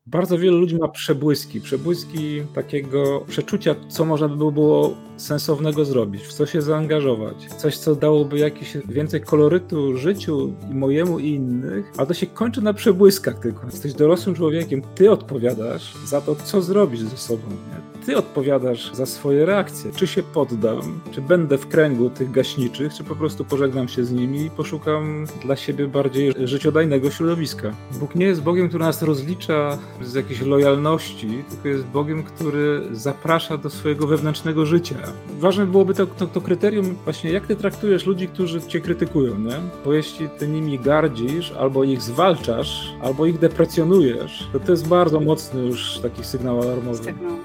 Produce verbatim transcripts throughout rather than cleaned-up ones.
Bardzo wielu ludzi ma przebłyski, przebłyski takiego przeczucia, co można by było sensownego zrobić, w co się zaangażować, coś, co dałoby jakieś więcej kolorytu życiu i mojemu i innych, a to się kończy na przebłyskach tylko. Jesteś dorosłym człowiekiem, ty odpowiadasz za to, co zrobić ze sobą, nie? Ty odpowiadasz za swoje reakcje. Czy się poddam, czy będę w kręgu tych gaśniczych, czy po prostu pożegnam się z nimi i poszukam dla siebie bardziej życiodajnego środowiska. Bóg nie jest Bogiem, który nas rozlicza z jakiejś lojalności, tylko jest Bogiem, który zaprasza do swojego wewnętrznego życia. Ważne byłoby to, to, to kryterium właśnie, jak ty traktujesz ludzi, którzy cię krytykują, nie? Bo jeśli ty nimi gardzisz, albo ich zwalczasz, albo ich deprecjonujesz, to to jest bardzo mocny już taki sygnał alarmowy. Sygnał.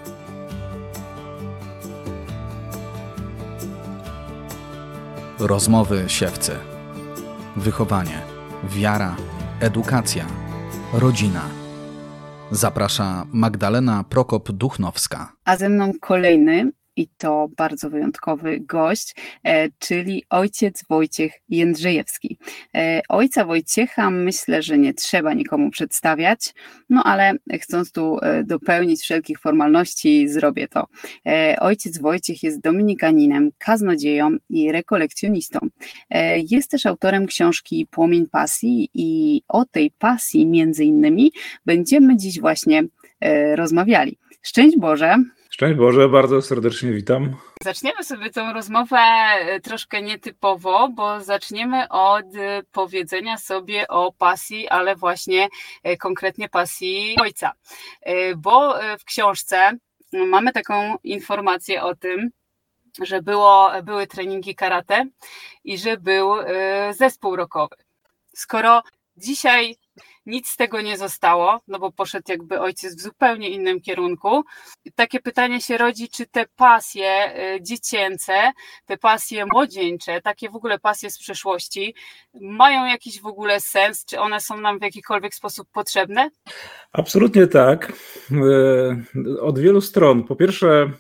Rozmowy siewcy. Wychowanie, wiara, edukacja, rodzina. Zaprasza Magdalena Prokop-Duchnowska. A ze mną kolejny, i to bardzo wyjątkowy gość, e, czyli ojciec Wojciech Jędrzejewski. E, ojca Wojciecha myślę, że nie trzeba nikomu przedstawiać, no ale chcąc tu e, dopełnić wszelkich formalności, zrobię to. E, ojciec Wojciech jest dominikaninem, kaznodzieją i rekolekcjonistą. E, jest też autorem książki Płomień Pasji i o tej pasji między innymi będziemy dziś właśnie e, rozmawiali. Szczęść Boże! Szczęść Boże, bardzo serdecznie witam. Zaczniemy sobie tę rozmowę troszkę nietypowo, bo zaczniemy od powiedzenia sobie o pasji, ale właśnie konkretnie pasji ojca. Bo w książce mamy taką informację o tym, że było, były treningi karate i że był zespół rockowy. Skoro dzisiaj nic z tego nie zostało, no bo poszedł jakby ojciec w zupełnie innym kierunku. Takie pytanie się rodzi, czy te pasje dziecięce, te pasje młodzieńcze, takie w ogóle pasje z przeszłości mają jakiś w ogóle sens? Czy one są nam w jakikolwiek sposób potrzebne? Absolutnie tak. Od wielu stron. Po pierwsze,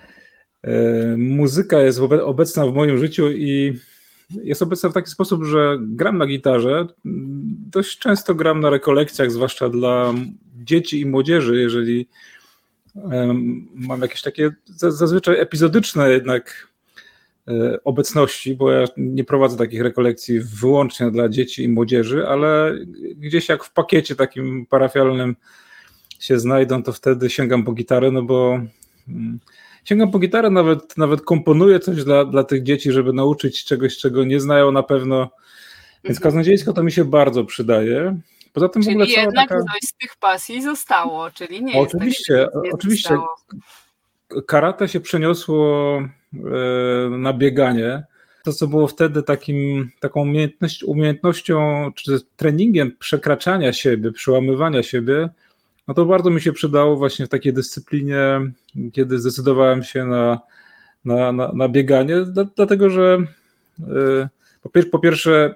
muzyka jest obecna w moim życiu i jest obecna w taki sposób, że gram na gitarze. Dość często gram na rekolekcjach, zwłaszcza dla dzieci i młodzieży, jeżeli mam jakieś takie zazwyczaj epizodyczne jednak obecności, bo ja nie prowadzę takich rekolekcji wyłącznie dla dzieci i młodzieży, ale gdzieś jak w pakiecie takim parafialnym się znajdą, to wtedy sięgam po gitarę, no bo sięgam po gitarę, nawet, nawet komponuję coś dla, dla tych dzieci, żeby nauczyć czegoś, czego nie znają na pewno. Więc kaznodziejsko to mi się bardzo przydaje. Poza tym czyli w ogóle cała jednak taka... coś z tych pasji zostało, czyli nie oczywiście, jest tak, że oczywiście. Zostało. Karate się przeniosło na bieganie. To, co było wtedy takim, taką umiejętność, umiejętnością, czy treningiem przekraczania siebie, przełamywania siebie, no to bardzo mi się przydało właśnie w takiej dyscyplinie, kiedy zdecydowałem się na, na, na, na bieganie, dlatego że po, pier- po pierwsze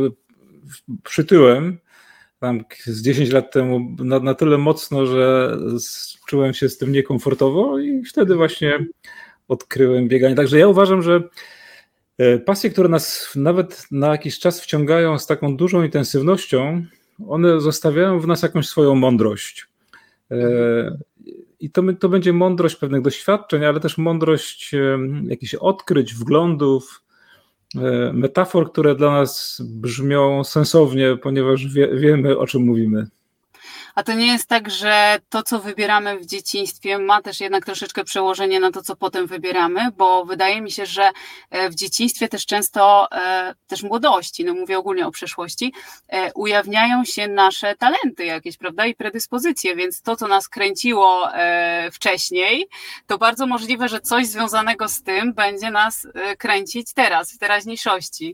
przytyłem tam z dziesięć lat temu na, na tyle mocno, że czułem się z tym niekomfortowo i wtedy właśnie odkryłem bieganie. Także ja uważam, że pasje, które nas nawet na jakiś czas wciągają z taką dużą intensywnością, one zostawiają w nas jakąś swoją mądrość. I to, to będzie mądrość pewnych doświadczeń, ale też mądrość jakichś odkryć, wglądów, metafor, które dla nas brzmią sensownie, ponieważ wie, wiemy, o czym mówimy. A to nie jest tak, że to, co wybieramy w dzieciństwie, ma też jednak troszeczkę przełożenie na to, co potem wybieramy, bo wydaje mi się, że w dzieciństwie też często, też młodości, no mówię ogólnie o przeszłości, ujawniają się nasze talenty jakieś, prawda, i predyspozycje, więc to, co nas kręciło wcześniej, to bardzo możliwe, że coś związanego z tym będzie nas kręcić teraz, w teraźniejszości.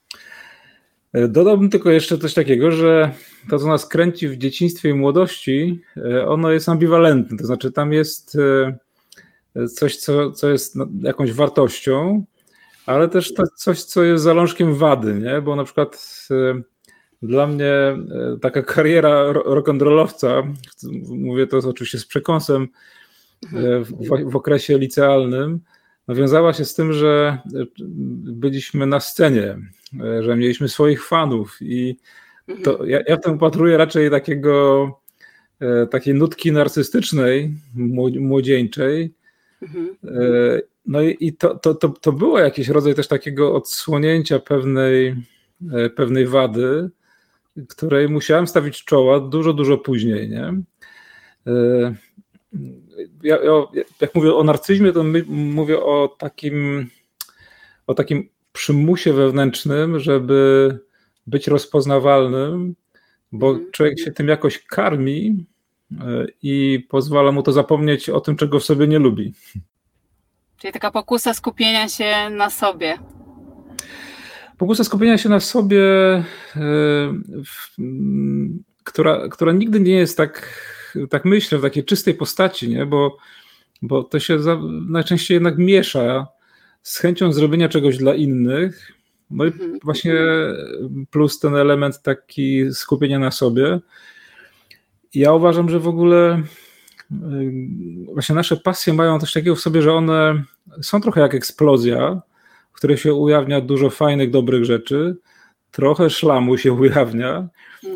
Dodałbym tylko jeszcze coś takiego, że to, co nas kręci w dzieciństwie i młodości, ono jest ambiwalentne, to znaczy tam jest coś, co, co jest jakąś wartością, ale też to coś, co jest zalążkiem wady, nie? Bo na przykład dla mnie taka kariera rock'n'rollowca, mówię to oczywiście z przekąsem, w, w okresie licealnym, no wiązała się z tym, że byliśmy na scenie, że mieliśmy swoich fanów i to ja, ja w tym upatruję raczej takiego takiej nutki narcystycznej, młodzieńczej. Mhm. No i to, to, to, to było jakiś rodzaj też takiego odsłonięcia pewnej, pewnej wady, której musiałem stawić czoła dużo, dużo później, nie? Ja, ja, jak mówię o narcyzmie, to my, mówię o takim, o takim przymusie wewnętrznym, żeby być rozpoznawalnym, bo człowiek się tym jakoś karmi i pozwala mu to zapomnieć o tym, czego w sobie nie lubi. Czyli taka pokusa skupienia się na sobie. Pokusa skupienia się na sobie, która, która nigdy nie jest tak, tak myślę, w takiej czystej postaci, nie? Bo, bo to się za, najczęściej jednak miesza z chęcią zrobienia czegoś dla innych. No i właśnie plus ten element taki skupienia na sobie. Ja uważam, że w ogóle właśnie nasze pasje mają coś takiego w sobie, że one są trochę jak eksplozja, w której się ujawnia dużo fajnych, dobrych rzeczy, trochę szlamu się ujawnia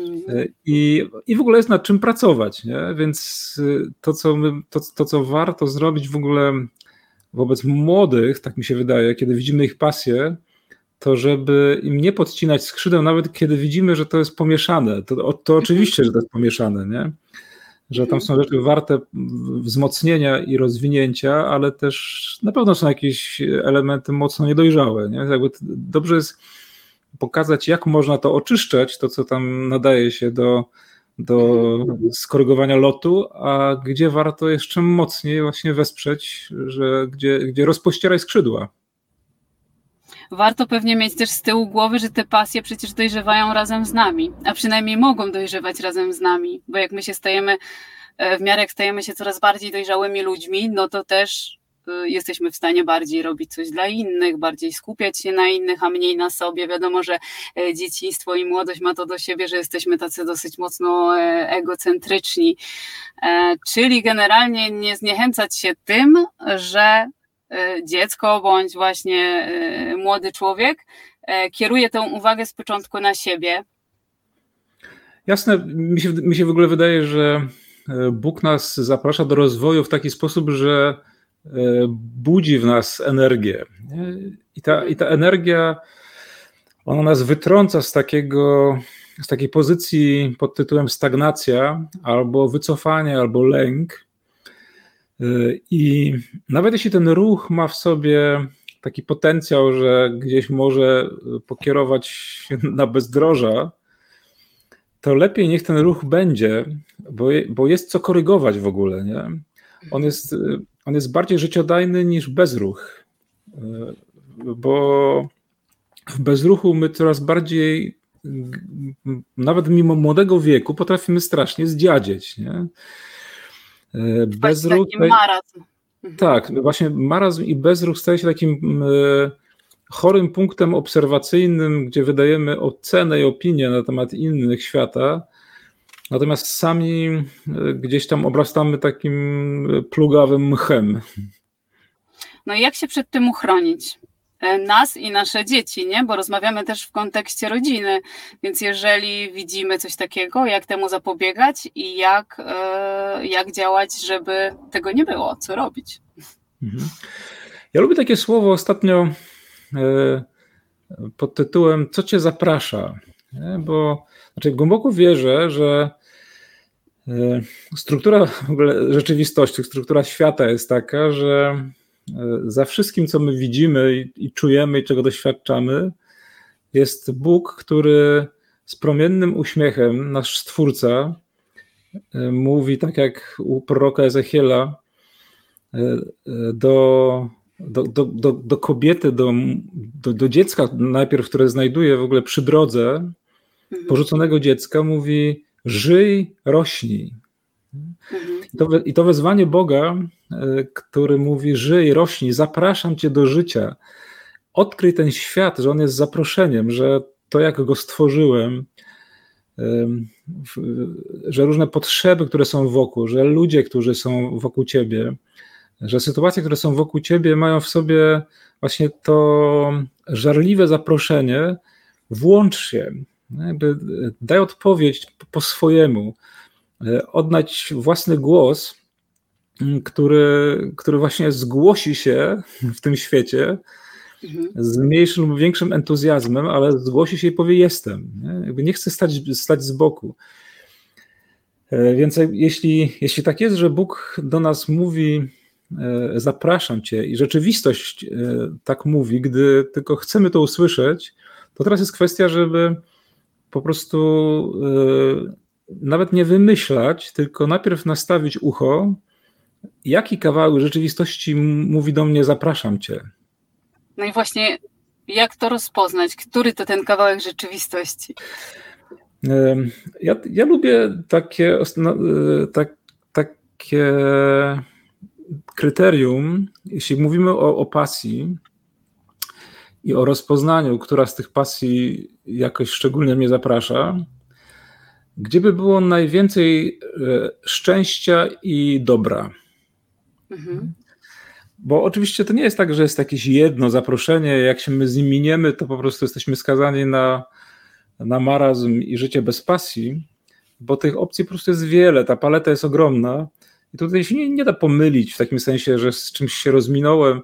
i, i w ogóle jest nad czym pracować, nie? Więc to co, my, to, to, co warto zrobić w ogóle wobec młodych, tak mi się wydaje, kiedy widzimy ich pasję, to żeby im nie podcinać skrzydeł, nawet kiedy widzimy, że to jest pomieszane. To, to oczywiście, że to jest pomieszane, nie? Że tam są rzeczy warte wzmocnienia i rozwinięcia, ale też na pewno są jakieś elementy mocno niedojrzałe. Nie? Jakby dobrze jest pokazać, jak można to oczyszczać, to co tam nadaje się do, do skorygowania lotu, a gdzie warto jeszcze mocniej właśnie wesprzeć, że gdzie, gdzie rozpościerać skrzydła. Warto pewnie mieć też z tyłu głowy, że te pasje przecież dojrzewają razem z nami, a przynajmniej mogą dojrzewać razem z nami, bo jak my się stajemy, w miarę jak stajemy się coraz bardziej dojrzałymi ludźmi, no to też jesteśmy w stanie bardziej robić coś dla innych, bardziej skupiać się na innych, a mniej na sobie. Wiadomo, że dzieciństwo i młodość ma to do siebie, że jesteśmy tacy dosyć mocno egocentryczni, czyli generalnie nie zniechęcać się tym, że dziecko bądź właśnie młody człowiek kieruje tę uwagę z początku na siebie. Jasne, mi się, mi się w ogóle wydaje, że Bóg nas zaprasza do rozwoju w taki sposób, że budzi w nas energię. I ta, i ta energia, ona nas wytrąca z takiego, z takiej pozycji pod tytułem stagnacja, albo wycofanie, albo lęk. I nawet jeśli ten ruch ma w sobie taki potencjał, że gdzieś może pokierować się na bezdroża, to lepiej niech ten ruch będzie, bo, bo jest co korygować w ogóle. Nie? On jest, on jest bardziej życiodajny niż bezruch, bo w bezruchu my coraz bardziej, nawet mimo młodego wieku, potrafimy strasznie zdziadzieć. Nie? Bezruch, taki marazm. Tak, właśnie marazm i bezruch staje się takim chorym punktem obserwacyjnym, gdzie wydajemy ocenę i opinię na temat innych świata, natomiast sami gdzieś tam obrastamy takim plugawym mchem. No i jak się przed tym uchronić? Nas i nasze dzieci, nie? Bo rozmawiamy też w kontekście rodziny, więc jeżeli widzimy coś takiego, jak temu zapobiegać i jak, jak działać, żeby tego nie było, co robić? Ja lubię takie słowo ostatnio pod tytułem "Co cię zaprasza?", nie? Bo znaczy głęboko wierzę, że struktura w ogóle rzeczywistości, struktura świata jest taka, że za wszystkim, co my widzimy i, i czujemy i czego doświadczamy, jest Bóg, który z promiennym uśmiechem, nasz Stwórca, mówi, tak jak u proroka Ezechiela, do, do, do, do, do kobiety, do, do, do dziecka najpierw, które znajduje w ogóle przy drodze, porzuconego dziecka, mówi: żyj, rośnij. I to, I to wezwanie Boga, który mówi: żyj, rośnij, zapraszam cię do życia, odkryj ten świat, że on jest zaproszeniem, że to, jak go stworzyłem, że różne potrzeby, które są wokół, że ludzie, którzy są wokół ciebie, że sytuacje, które są wokół ciebie, mają w sobie właśnie to żarliwe zaproszenie: włącz się, jakby daj odpowiedź po swojemu. oddać własny głos, który, który właśnie zgłosi się w tym świecie z mniejszym lub większym entuzjazmem, ale zgłosi się i powie jestem. Nie, Jakby nie chce stać, stać z boku. Więc jeśli, jeśli tak jest, że Bóg do nas mówi zapraszam cię i rzeczywistość tak mówi, gdy tylko chcemy to usłyszeć, to teraz jest kwestia, żeby po prostu nawet nie wymyślać, tylko najpierw nastawić ucho, jaki kawałek rzeczywistości mówi do mnie zapraszam cię. No i właśnie jak to rozpoznać? Który to ten kawałek rzeczywistości? Ja, ja lubię takie, tak, takie kryterium, jeśli mówimy o, o pasji i o rozpoznaniu, która z tych pasji jakoś szczególnie mnie zaprasza, gdzie by było najwięcej szczęścia i dobra. Mhm. Bo oczywiście to nie jest tak, że jest jakieś jedno zaproszenie, jak się my z nim miniemy, to po prostu jesteśmy skazani na, na marazm i życie bez pasji, bo tych opcji po prostu jest wiele, ta paleta jest ogromna i tutaj się nie, nie da pomylić w takim sensie, że z czymś się rozminąłem.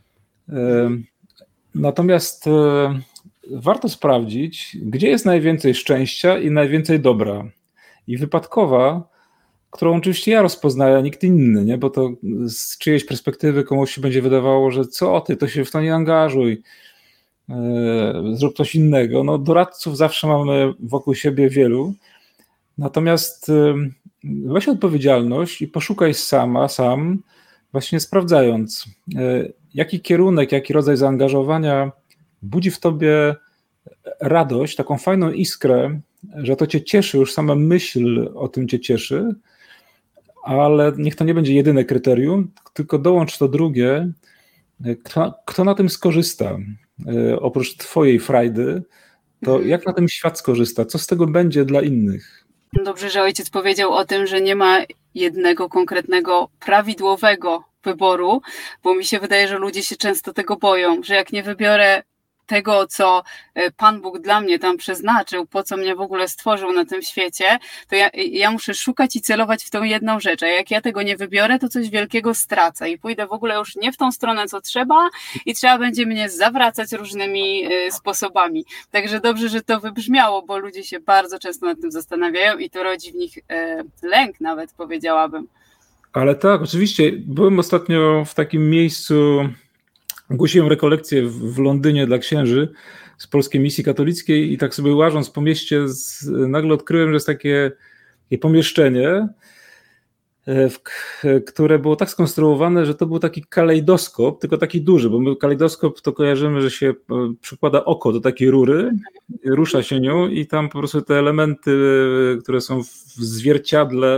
Natomiast warto sprawdzić, gdzie jest najwięcej szczęścia i najwięcej dobra. I wypadkowa, którą oczywiście ja rozpoznaję, a nikt inny, nie? Bo to z czyjejś perspektywy komuś się będzie wydawało, że co ty, to się w to nie angażuj, yy, zrób coś innego. No, doradców zawsze mamy wokół siebie wielu, natomiast yy, weź odpowiedzialność i poszukaj sama, sam, właśnie sprawdzając, yy, jaki kierunek, jaki rodzaj zaangażowania budzi w tobie radość, taką fajną iskrę, że to cię cieszy, już sama myśl o tym cię cieszy, ale niech to nie będzie jedyne kryterium, tylko dołącz to drugie, kto, kto na tym skorzysta, oprócz twojej frajdy, to jak na tym świat skorzysta, co z tego będzie dla innych. Dobrze, że ojciec powiedział o tym, że nie ma jednego konkretnego, prawidłowego wyboru, bo mi się wydaje, że ludzie się często tego boją, że jak nie wybiorę tego, co Pan Bóg dla mnie tam przeznaczył, po co mnie w ogóle stworzył na tym świecie, to ja, ja muszę szukać i celować w tą jedną rzecz, a jak ja tego nie wybiorę, to coś wielkiego stracę i pójdę w ogóle już nie w tą stronę, co trzeba i trzeba będzie mnie zawracać różnymi sposobami. Także dobrze, że to wybrzmiało, bo ludzie się bardzo często nad tym zastanawiają i to rodzi w nich lęk nawet, powiedziałabym. Ale tak, oczywiście. Byłem ostatnio w takim miejscu, głosiłem rekolekcję w Londynie dla księży z Polskiej Misji Katolickiej i tak sobie łażąc po mieście z, nagle odkryłem, że jest takie, takie pomieszczenie, w, które było tak skonstruowane, że to był taki kalejdoskop, tylko taki duży, bo my kalejdoskop to kojarzymy, że się przykłada oko do takiej rury, rusza się nią i tam po prostu te elementy, które są w zwierciadle,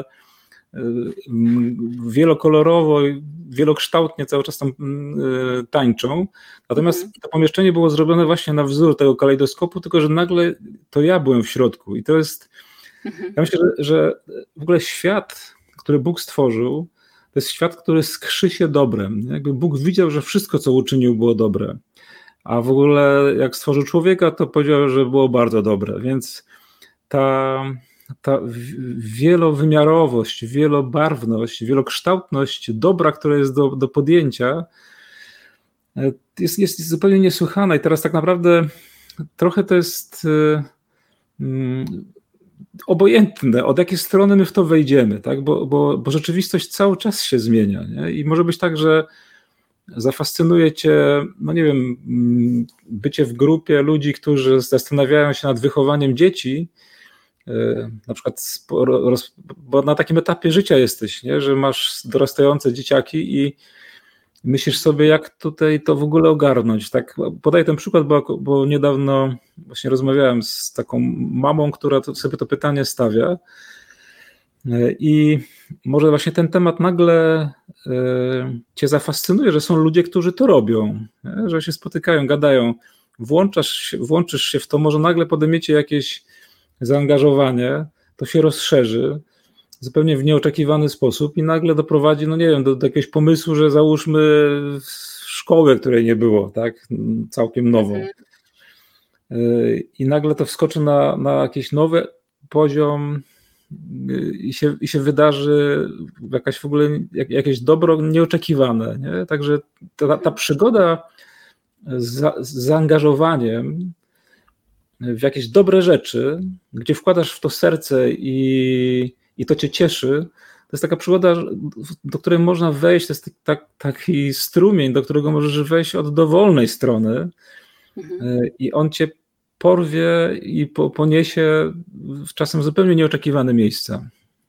wielokolorowo, wielokształtnie cały czas tam tańczą. Natomiast to pomieszczenie było zrobione właśnie na wzór tego kalejdoskopu, tylko że nagle to ja byłem w środku. I to jest, ja myślę, że, że w ogóle świat, który Bóg stworzył, to jest świat, który skrzy się dobrem. Jakby Bóg widział, że wszystko, co uczynił, było dobre. A w ogóle jak stworzył człowieka, to powiedział, że było bardzo dobre. Więc ta ta wielowymiarowość, wielobarwność, wielokształtność dobra, która jest do, do podjęcia, jest, jest zupełnie niesłychana i teraz tak naprawdę trochę to jest um, obojętne, od jakiej strony my w to wejdziemy, tak? bo, bo, bo rzeczywistość cały czas się zmienia, nie? I może być tak, że zafascynuje cię, no nie wiem, bycie w grupie ludzi, którzy zastanawiają się nad wychowaniem dzieci, na przykład, bo na takim etapie życia jesteś, nie? Że masz dorastające dzieciaki i myślisz sobie, jak tutaj to w ogóle ogarnąć. Tak, podaję ten przykład, bo, bo niedawno właśnie rozmawiałem z taką mamą, która to, sobie to pytanie stawia i może właśnie ten temat nagle cię zafascynuje, że są ludzie, którzy to robią, nie? Że się spotykają, gadają, włączasz, włączysz się w to, może nagle podejmiecie jakieś zaangażowanie, to się rozszerzy zupełnie w nieoczekiwany sposób i nagle doprowadzi, no nie wiem, do, do jakiegoś pomysłu, że załóżmy szkołę, której nie było, tak, całkiem nową. I nagle to wskoczy na, na jakiś nowy poziom i się, i się wydarzy jakaś w ogóle jak, jakieś dobro nieoczekiwane. Nie? Także ta, ta przygoda z, z zaangażowaniem w jakieś dobre rzeczy, gdzie wkładasz w to serce i, i to cię cieszy, to jest taka przygoda, do której można wejść, to jest tak, taki strumień, do którego możesz wejść od dowolnej strony mhm. i on cię porwie i po, poniesie w czasem zupełnie nieoczekiwane miejsca.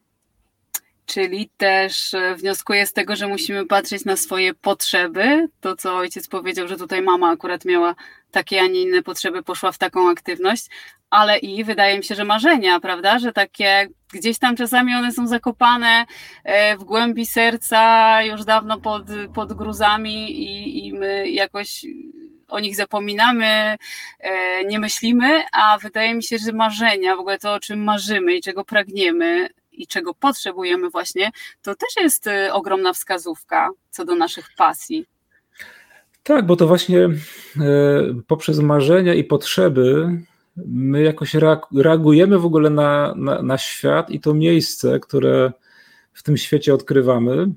Czyli też wnioskuję z tego, że musimy patrzeć na swoje potrzeby. To, co ojciec powiedział, że tutaj mama akurat miała takie, a nie inne potrzeby, poszła w taką aktywność, ale i wydaje mi się, że marzenia, prawda, że takie gdzieś tam czasami one są zakopane w głębi serca już dawno pod, pod gruzami i, i my jakoś o nich zapominamy, nie myślimy, a wydaje mi się, że marzenia, w ogóle to, o czym marzymy i czego pragniemy i czego potrzebujemy właśnie, to też jest ogromna wskazówka co do naszych pasji. Tak, bo to właśnie poprzez marzenia i potrzeby my jakoś reagujemy w ogóle na, na, na świat i to miejsce, które w tym świecie odkrywamy.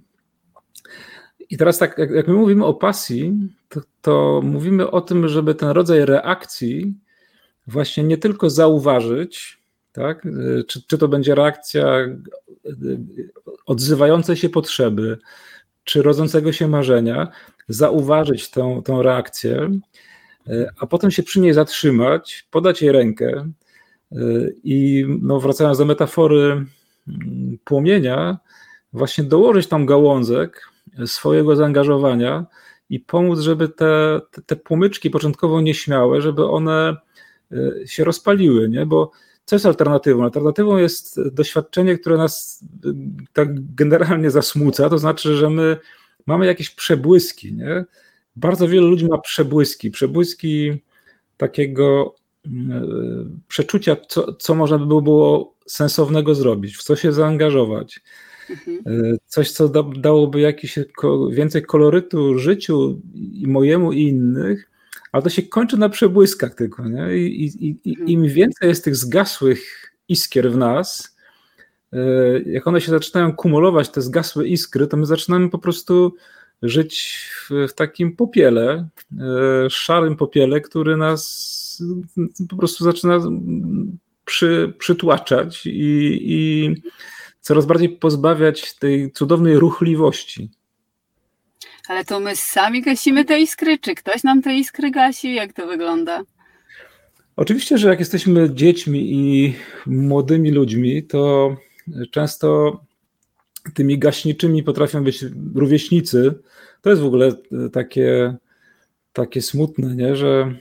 I teraz tak, jak, jak my mówimy o pasji, to, to mówimy o tym, żeby ten rodzaj reakcji właśnie nie tylko zauważyć, tak? Czy, czy to będzie reakcja odzywającej się potrzeby, czy rodzącego się marzenia, zauważyć tę, tę reakcję, a potem się przy niej zatrzymać, podać jej rękę i no, wracając do metafory płomienia, właśnie dołożyć tam gałązek swojego zaangażowania i pomóc, żeby te, te, te płomyczki początkowo nieśmiałe, żeby one się rozpaliły, nie? Bo co jest alternatywą? Alternatywą jest doświadczenie, które nas tak generalnie zasmuca, to znaczy, że my mamy jakieś przebłyski, nie? Bardzo wielu ludzi ma przebłyski, przebłyski takiego przeczucia, co, co można by było sensownego zrobić, w co się zaangażować. Mhm. Coś, co da, dałoby jakiś więcej kolorytu życiu i mojemu i innych, ale to się kończy na przebłyskach tylko. Nie? I, i, i mhm. im więcej jest tych zgasłych iskier w nas, jak one się zaczynają kumulować, te zgasłe iskry, to my zaczynamy po prostu żyć w, w takim popiele, szarym popiele, który nas po prostu zaczyna przy, przytłaczać i, i coraz bardziej pozbawiać tej cudownej ruchliwości. Ale to my sami gasimy te iskry, czy ktoś nam te iskry gasi? Jak to wygląda? Oczywiście, że jak jesteśmy dziećmi i młodymi ludźmi, to często tymi gaśniczymi potrafią być rówieśnicy. To jest w ogóle takie, takie smutne, nie? Że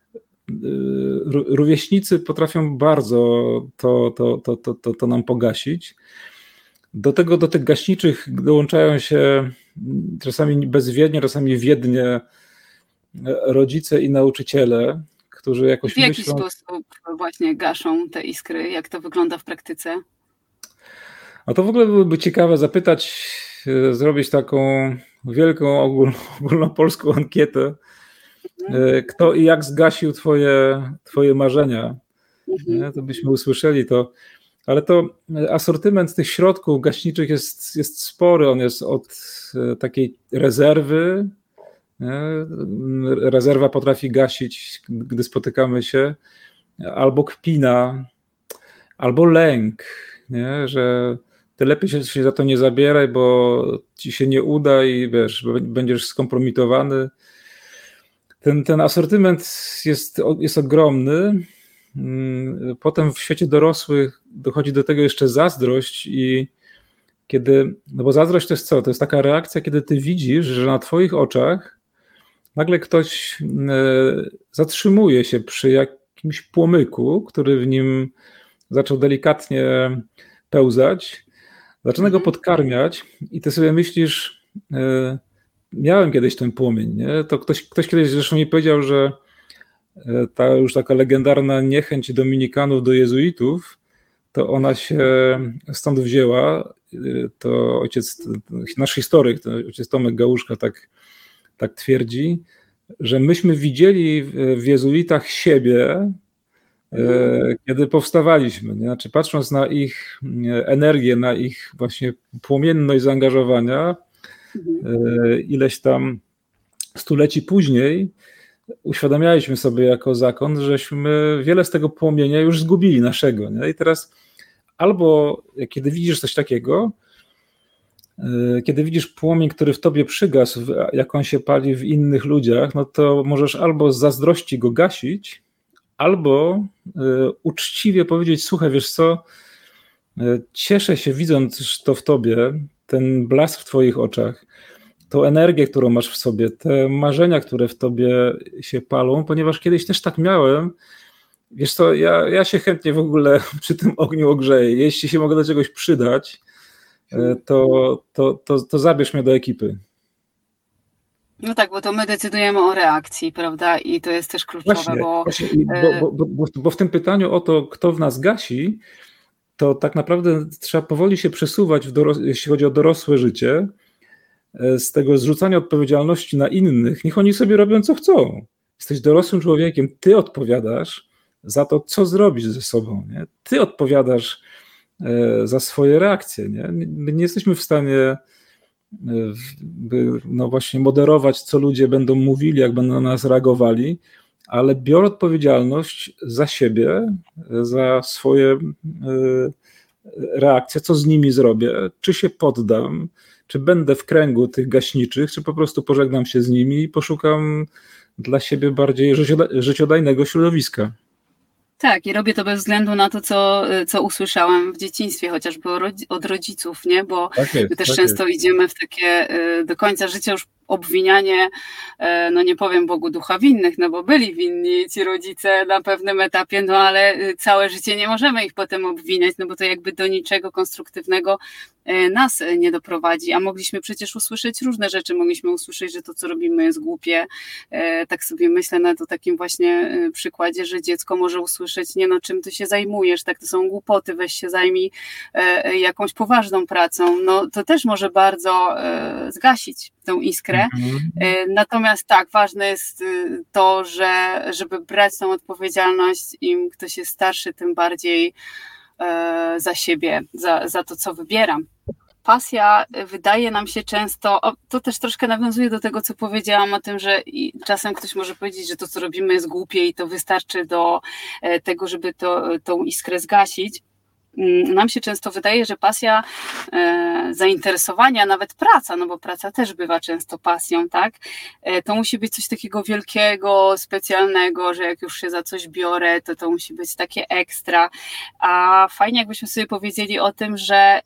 rówieśnicy potrafią bardzo to, to, to, to, to, to nam pogasić. Do tego, do tych gaśniczych dołączają się czasami bezwiednie, czasami wiednie rodzice i nauczyciele, którzy jakoś w jaki myślą... sposób właśnie gaszą te iskry? Jak to wygląda w praktyce? A to w ogóle byłoby ciekawe zapytać, zrobić taką wielką ogólnopolską ankietę, mhm. kto i jak zgasił twoje, twoje marzenia. Mhm. To byśmy usłyszeli to. Ale to asortyment tych środków gaśniczych jest, jest spory. On jest od takiej rezerwy. Nie? Rezerwa potrafi gasić, gdy spotykamy się, albo kpina, albo lęk, nie? Że ty lepiej się, się za to nie zabieraj, bo ci się nie uda i wiesz, będziesz skompromitowany. Ten, ten asortyment jest, jest ogromny. Potem w świecie dorosłych dochodzi do tego jeszcze zazdrość i kiedy, no bo zazdrość to jest co? To jest taka reakcja, kiedy ty widzisz, że na twoich oczach nagle ktoś zatrzymuje się przy jakimś płomyku, który w nim zaczął delikatnie pełzać, zaczyna go podkarmiać i ty sobie myślisz, miałem kiedyś ten płomień, nie? To ktoś, ktoś kiedyś zresztą mi powiedział, że ta już taka legendarna niechęć dominikanów do jezuitów, to ona się stąd wzięła. To ojciec, nasz historyk, to ojciec Tomek Gałuszka tak, tak twierdzi, że myśmy widzieli w jezuitach siebie kiedy powstawaliśmy. Nie? Znaczy, patrząc na ich energię, na ich właśnie płomienność zaangażowania, ileś tam stuleci później uświadamialiśmy sobie jako zakon, żeśmy wiele z tego płomienia już zgubili naszego. Nie? I teraz albo kiedy widzisz coś takiego, kiedy widzisz płomień, który w tobie przygasł, jak on się pali w innych ludziach, no to możesz albo z zazdrości go gasić, albo uczciwie powiedzieć, słuchaj, wiesz co, cieszę się widząc to w tobie, ten blask w twoich oczach, tą energię, którą masz w sobie, te marzenia, które w tobie się palą, ponieważ kiedyś też tak miałem. Wiesz co, ja, ja się chętnie w ogóle przy tym ogniu ogrzeję. Jeśli się mogę do czegoś przydać, to, to, to, to zabierz mnie do ekipy. No tak, bo to my decydujemy o reakcji, prawda? I to jest też kluczowe, właśnie, bo... Właśnie, bo, bo, bo... Bo w tym pytaniu o to, kto w nas gasi, to tak naprawdę trzeba powoli się przesuwać, w doros... jeśli chodzi o dorosłe życie, z tego zrzucania odpowiedzialności na innych, niech oni sobie robią co chcą. Jesteś dorosłym człowiekiem, ty odpowiadasz za to, co zrobisz ze sobą. Nie? Ty odpowiadasz za swoje reakcje. Nie? My nie jesteśmy w stanie no właśnie moderować, co ludzie będą mówili, jak będą na nas reagowali, ale biorę odpowiedzialność za siebie, za swoje reakcje, co z nimi zrobię, czy się poddam, czy będę w kręgu tych gaśniczych, czy po prostu pożegnam się z nimi i poszukam dla siebie bardziej życiodajnego środowiska. Tak, i robię to bez względu na to, co, co usłyszałam w dzieciństwie, chociażby od rodziców, nie? Bo tak jest, my też tak często jest. Idziemy w takie do końca życia już obwinianie, no nie powiem Bogu ducha winnych, no bo byli winni ci rodzice na pewnym etapie, no ale całe życie nie możemy ich potem obwiniać, no bo to jakby do niczego konstruktywnego nas nie doprowadzi, a mogliśmy przecież usłyszeć różne rzeczy, mogliśmy usłyszeć, że to, co robimy, jest głupie. Tak sobie myślę na to takim właśnie przykładzie, że dziecko może usłyszeć, nie no, czym ty się zajmujesz, tak, to są głupoty, weź się zajmij jakąś poważną pracą, no to też może bardzo zgasić tą iskrę. Natomiast tak, ważne jest to, że żeby brać tą odpowiedzialność, im ktoś jest starszy, tym bardziej za siebie, za, za to, co wybieram. Pasja wydaje nam się często, o, to też troszkę nawiązuje do tego, co powiedziałam o tym, że czasem ktoś może powiedzieć, że to, co robimy, jest głupie i to wystarczy do tego, żeby to, tą iskrę zgasić. Nam się często wydaje, że pasja, e, zainteresowania, nawet praca, no bo praca też bywa często pasją, tak? E, to musi być coś takiego wielkiego, specjalnego, że jak już się za coś biorę, to to musi być takie ekstra. A fajnie, jakbyśmy sobie powiedzieli o tym, że,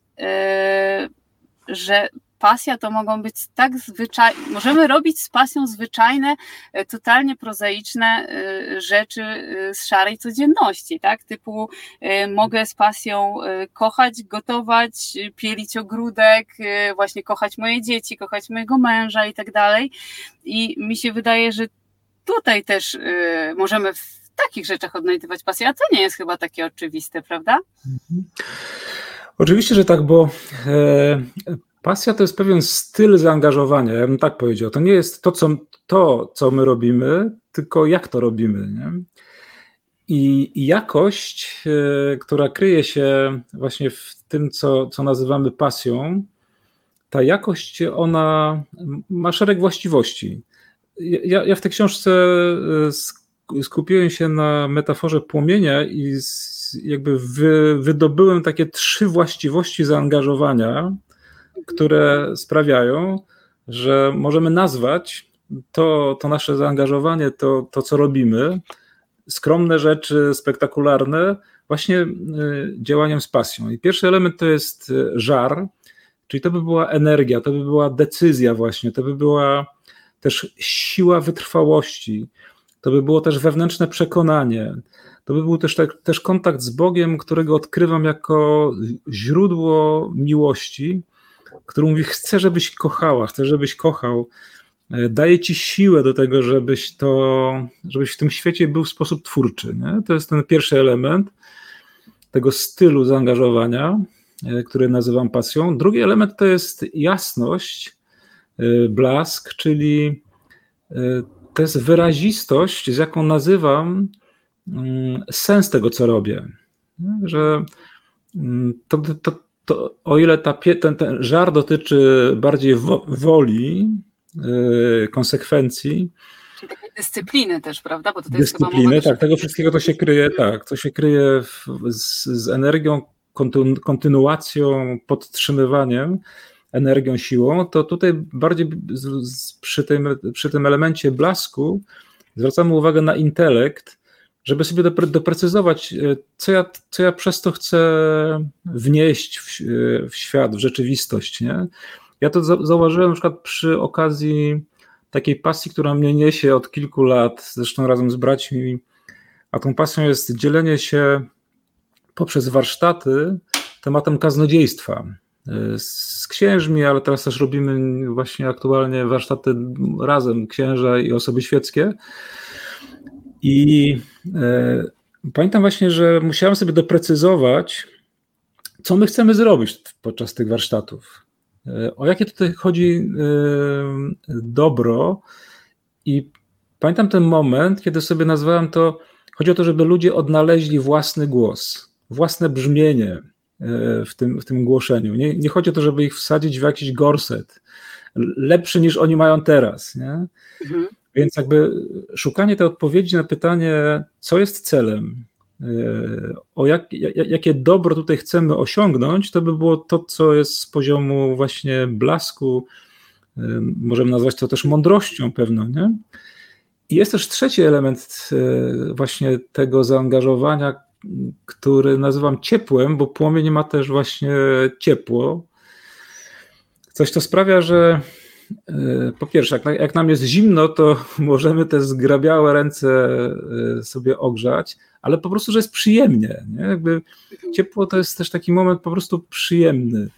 e, że pasja to mogą być tak zwyczajne, możemy robić z pasją zwyczajne, totalnie prozaiczne rzeczy z szarej codzienności, tak? Typu mogę z pasją kochać, gotować, pielić ogródek, właśnie kochać moje dzieci, kochać mojego męża i tak dalej. I mi się wydaje, że tutaj też możemy w takich rzeczach odnajdywać pasję, a to nie jest chyba takie oczywiste, prawda? Oczywiście, że tak, bo e, pasja to jest pewien styl zaangażowania, ja bym tak powiedział. To nie jest to, co, to, co my robimy, tylko jak to robimy. Nie? I, i jakość, e, która kryje się właśnie w tym, co, co nazywamy pasją, ta jakość, ona ma szereg właściwości. Ja, ja w tej książce skupiłem się na metaforze płomienia i z, jakby wy, wydobyłem takie trzy właściwości zaangażowania, które sprawiają, że możemy nazwać to, to nasze zaangażowanie, to, to co robimy, skromne rzeczy, spektakularne, właśnie działaniem z pasją. I pierwszy element to jest żar, czyli to by była energia, to by była decyzja właśnie, to by była też siła wytrwałości, to by było też wewnętrzne przekonanie, to by był też, tak, też kontakt z Bogiem, którego odkrywam jako źródło miłości, który mówi, chcę, żebyś kochała, chcę, żebyś kochał, daje ci siłę do tego, żebyś to, żebyś w tym świecie był w sposób twórczy. Nie? To jest ten pierwszy element tego stylu zaangażowania, który nazywam pasją. Drugi element to jest jasność, blask, czyli to jest wyrazistość, z jaką nazywam sens tego, co robię. Że to, to, to o ile ta, ten, ten żar dotyczy bardziej wo, woli, yy, konsekwencji. Czyli takiej dyscypliny też, prawda? Bo tutaj dyscypliny, jest chyba tak, tego wszystkiego to się kryje, tak, to się kryje w, z, z energią, kontynu, kontynuacją, podtrzymywaniem, energią, siłą, to tutaj bardziej z, z, przy, tym, przy tym elemencie blasku zwracamy uwagę na intelekt, żeby sobie doprecyzować, co ja, co ja przez to chcę wnieść w, w świat, w rzeczywistość. Nie? Ja to zauważyłem na przykład przy okazji takiej pasji, która mnie niesie od kilku lat, zresztą razem z braćmi, a tą pasją jest dzielenie się poprzez warsztaty tematem kaznodziejstwa z księżmi, ale teraz też robimy właśnie aktualnie warsztaty razem, księża i osoby świeckie. I e, pamiętam właśnie, że musiałem sobie doprecyzować, co my chcemy zrobić podczas tych warsztatów. E, o jakie tutaj chodzi e, dobro. I pamiętam ten moment, kiedy sobie nazwałem to, chodzi o to, żeby ludzie odnaleźli własny głos, własne brzmienie e, w tym, w tym głoszeniu. Nie, nie chodzi o to, żeby ich wsadzić w jakiś gorset, lepszy niż oni mają teraz. Nie? Mhm. Więc jakby szukanie tej odpowiedzi na pytanie, co jest celem, o jak, jakie dobro tutaj chcemy osiągnąć, to by było to, co jest z poziomu właśnie blasku, możemy nazwać to też mądrością pewną, nie? I jest też trzeci element właśnie tego zaangażowania, który nazywam ciepłem, bo płomień ma też właśnie ciepło. Coś, co sprawia, że po pierwsze, jak, jak nam jest zimno, to możemy te zgrabiałe ręce sobie ogrzać, ale po prostu, że jest przyjemnie. Nie? Jakby ciepło to jest też taki moment po prostu przyjemny.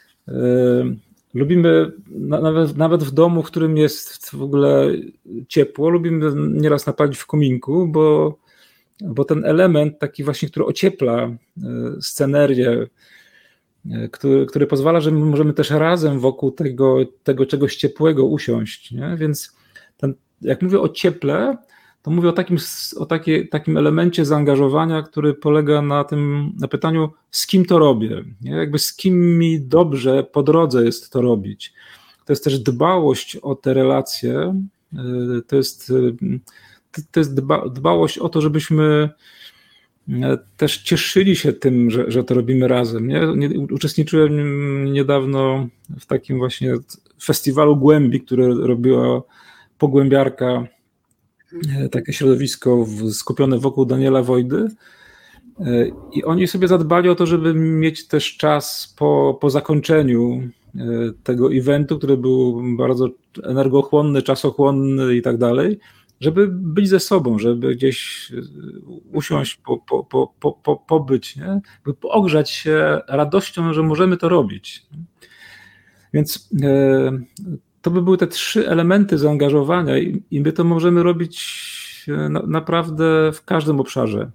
Lubimy, nawet, nawet w domu, w którym jest w ogóle ciepło, lubimy nieraz napalić w kominku, bo, bo ten element taki właśnie, który ociepla scenerię, Który, który pozwala, że my możemy też razem wokół tego, tego czegoś ciepłego usiąść. Nie? Więc ten, jak mówię o cieple, to mówię o takim, o takie, takim elemencie zaangażowania, który polega na tym, na pytaniu, z kim to robię, nie? Jakby z kim mi dobrze po drodze jest to robić. To jest też dbałość o te relacje, to jest, to jest dba, dbałość o to, żebyśmy też cieszyli się tym, że, że to robimy razem. Nie? Uczestniczyłem niedawno w takim właśnie festiwalu głębi, które robiła pogłębiarka, takie środowisko skupione wokół Daniela Wojdy. I oni sobie zadbali o to, żeby mieć też czas po, po zakończeniu tego eventu, który był bardzo energochłonny, czasochłonny i tak dalej, żeby być ze sobą, żeby gdzieś usiąść, po, po, po, po, po, pobyć, nie? By ogrzać się radością, że możemy to robić. Więc e, to by były te trzy elementy zaangażowania i, i my to możemy robić na, naprawdę w każdym obszarze.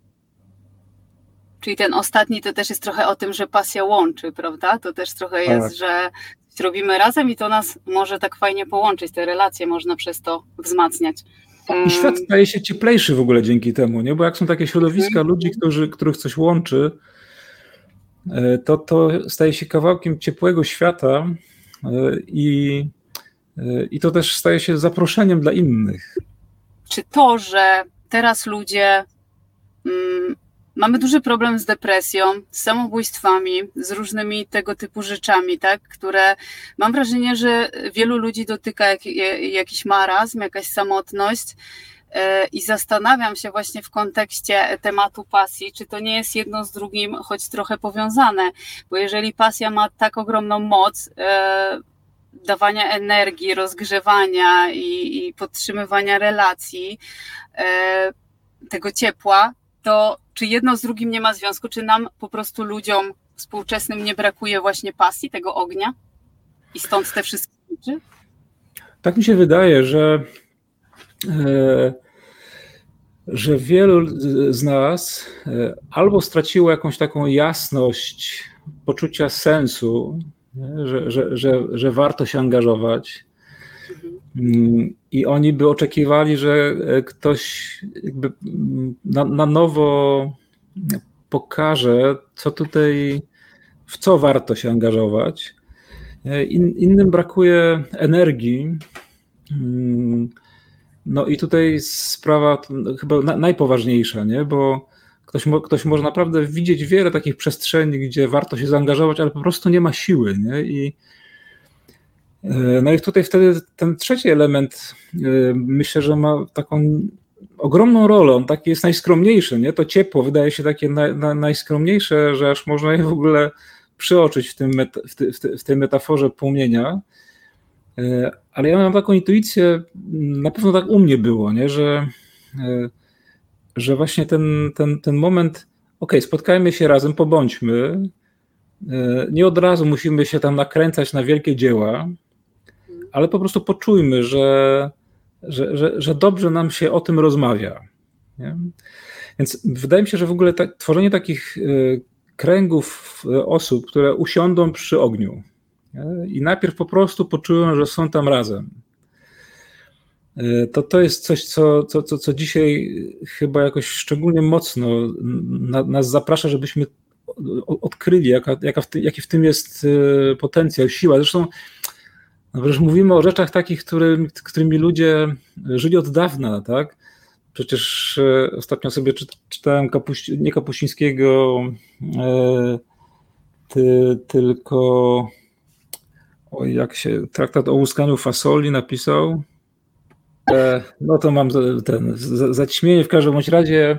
Czyli ten ostatni to też jest trochę o tym, że pasja łączy, prawda? To też trochę jest, tak, że robimy razem i to nas może tak fajnie połączyć, te relacje można przez to wzmacniać. I świat staje się cieplejszy w ogóle dzięki temu, nie? Bo jak są takie środowiska ludzi, którzy, których coś łączy, to to staje się kawałkiem ciepłego świata i, i to też staje się zaproszeniem dla innych. Czy to, że teraz ludzie... Mm, mamy duży problem z depresją, z samobójstwami, z różnymi tego typu rzeczami, tak, które mam wrażenie, że wielu ludzi dotyka jak, jakiś marazm, jakaś samotność i zastanawiam się właśnie w kontekście tematu pasji, czy to nie jest jedno z drugim choć trochę powiązane, bo jeżeli pasja ma tak ogromną moc e, dawania energii, rozgrzewania i, i podtrzymywania relacji, e, tego ciepła, to czy jedno z drugim nie ma związku? Czy nam po prostu ludziom współczesnym nie brakuje właśnie pasji, tego ognia? I stąd te wszystkie rzeczy? Tak mi się wydaje, że, e, że wielu z nas e, albo straciło jakąś taką jasność poczucia sensu, nie? Że, że, że, że warto się angażować. Mhm. i oni by oczekiwali, że ktoś jakby na, na nowo pokaże, co tutaj, w co warto się angażować. In, innym brakuje energii. No i tutaj sprawa chyba najpoważniejsza, nie? Bo ktoś, ktoś może naprawdę widzieć wiele takich przestrzeni, gdzie warto się zaangażować, ale po prostu nie ma siły, nie? I no i tutaj wtedy ten trzeci element, myślę, że ma taką ogromną rolę, on taki jest najskromniejszy, nie? To ciepło wydaje się takie na, na, najskromniejsze, że aż można je w ogóle przyoczyć w, tym meta, w, ty, w, ty, w tej metaforze płomienia. Ale ja mam taką intuicję, na pewno tak u mnie było, nie? Że, że właśnie ten, ten, ten moment, okej, spotkajmy się razem, pobądźmy, nie od razu musimy się tam nakręcać na wielkie dzieła, ale po prostu poczujmy, że, że, że, że dobrze nam się o tym rozmawia. Nie? Więc wydaje mi się, że w ogóle tak, tworzenie takich kręgów osób, które usiądą przy ogniu, nie? I najpierw po prostu poczują, że są tam razem. To, to jest coś, co, co, co, co dzisiaj chyba jakoś szczególnie mocno na, nas zaprasza, żebyśmy odkryli, jaka, jaka w ty, jaki w tym jest potencjał, siła. Zresztą no przecież mówimy o rzeczach takich, który, którymi ludzie żyli od dawna, tak? Przecież ostatnio sobie czytałem Kapuś, nie Kapuścińskiego, ty, tylko o, jak się traktat o łuskaniu fasoli napisał. No to mam ten zaćmienie. W każdym bądź razie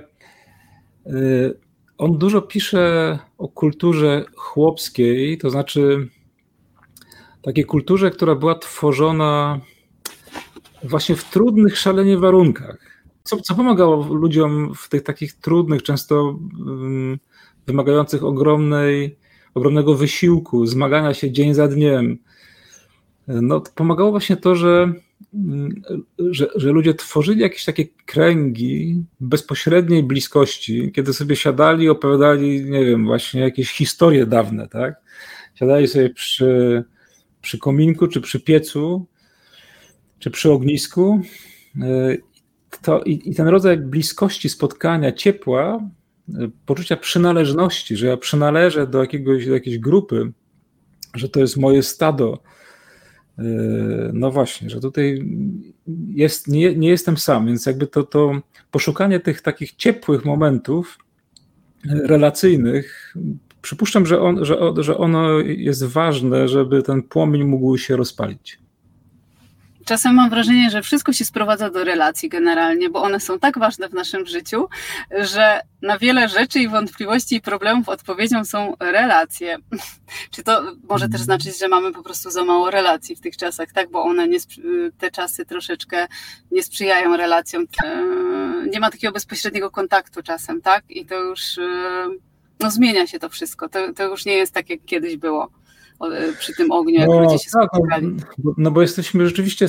on dużo pisze o kulturze chłopskiej, to znaczy takiej kulturze, która była tworzona właśnie w trudnych szalenie warunkach. Co, co pomagało ludziom w tych takich trudnych, często wymagających ogromnej, ogromnego wysiłku, zmagania się dzień za dniem. No, to pomagało właśnie to, że, że, że ludzie tworzyli jakieś takie kręgi bezpośredniej bliskości, kiedy sobie siadali i opowiadali, nie wiem, właśnie jakieś historie dawne, tak? Siadali sobie przy, przy kominku, czy przy piecu, czy przy ognisku. To, i, I ten rodzaj bliskości, spotkania, ciepła, poczucia przynależności, że ja przynależę do, jakiegoś, do jakiejś grupy, że to jest moje stado. No właśnie, że tutaj jest, nie, nie jestem sam, więc jakby to, to poszukanie tych takich ciepłych momentów relacyjnych, przypuszczam, że, on, że, że ono jest ważne, żeby ten płomień mógł się rozpalić. Czasem mam wrażenie, że wszystko się sprowadza do relacji generalnie, bo one są tak ważne w naszym życiu, że na wiele rzeczy i wątpliwości i problemów odpowiedzią są relacje. Czy to może też znaczyć, że mamy po prostu za mało relacji w tych czasach, tak? Bo one nie, te czasy troszeczkę nie sprzyjają relacjom. Nie ma takiego bezpośredniego kontaktu czasem, tak? I to już no, zmienia się to wszystko. To, to już nie jest tak, jak kiedyś było przy tym ogniu, jak no, ludzie się tak, spotykali. No, no bo jesteśmy rzeczywiście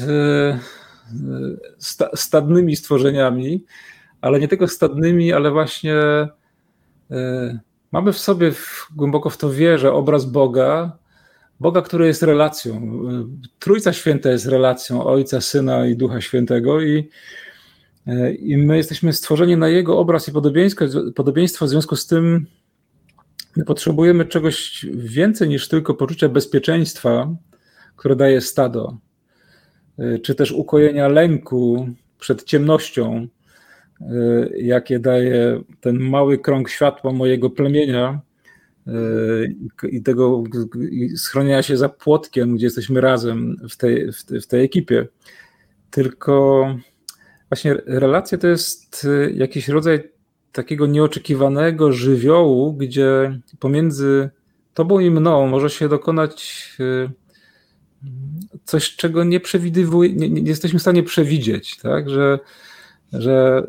stadnymi stworzeniami, ale nie tylko stadnymi, ale właśnie mamy w sobie głęboko w to wierzę obraz Boga, Boga, który jest relacją. Trójca Święta jest relacją Ojca, Syna i Ducha Świętego i, i my jesteśmy stworzeni na Jego obraz i podobieństwo, podobieństwo w związku z tym my potrzebujemy czegoś więcej niż tylko poczucia bezpieczeństwa, które daje stado, czy też ukojenia lęku przed ciemnością, jakie daje ten mały krąg światła mojego plemienia i tego i schronienia się za płotkiem, gdzie jesteśmy razem w tej, w tej, w tej ekipie. Tylko właśnie relacja to jest jakiś rodzaj takiego nieoczekiwanego żywiołu, gdzie pomiędzy tobą i mną może się dokonać coś, czego nie przewidywuje, nie, nie jesteśmy w stanie przewidzieć, tak? Że, że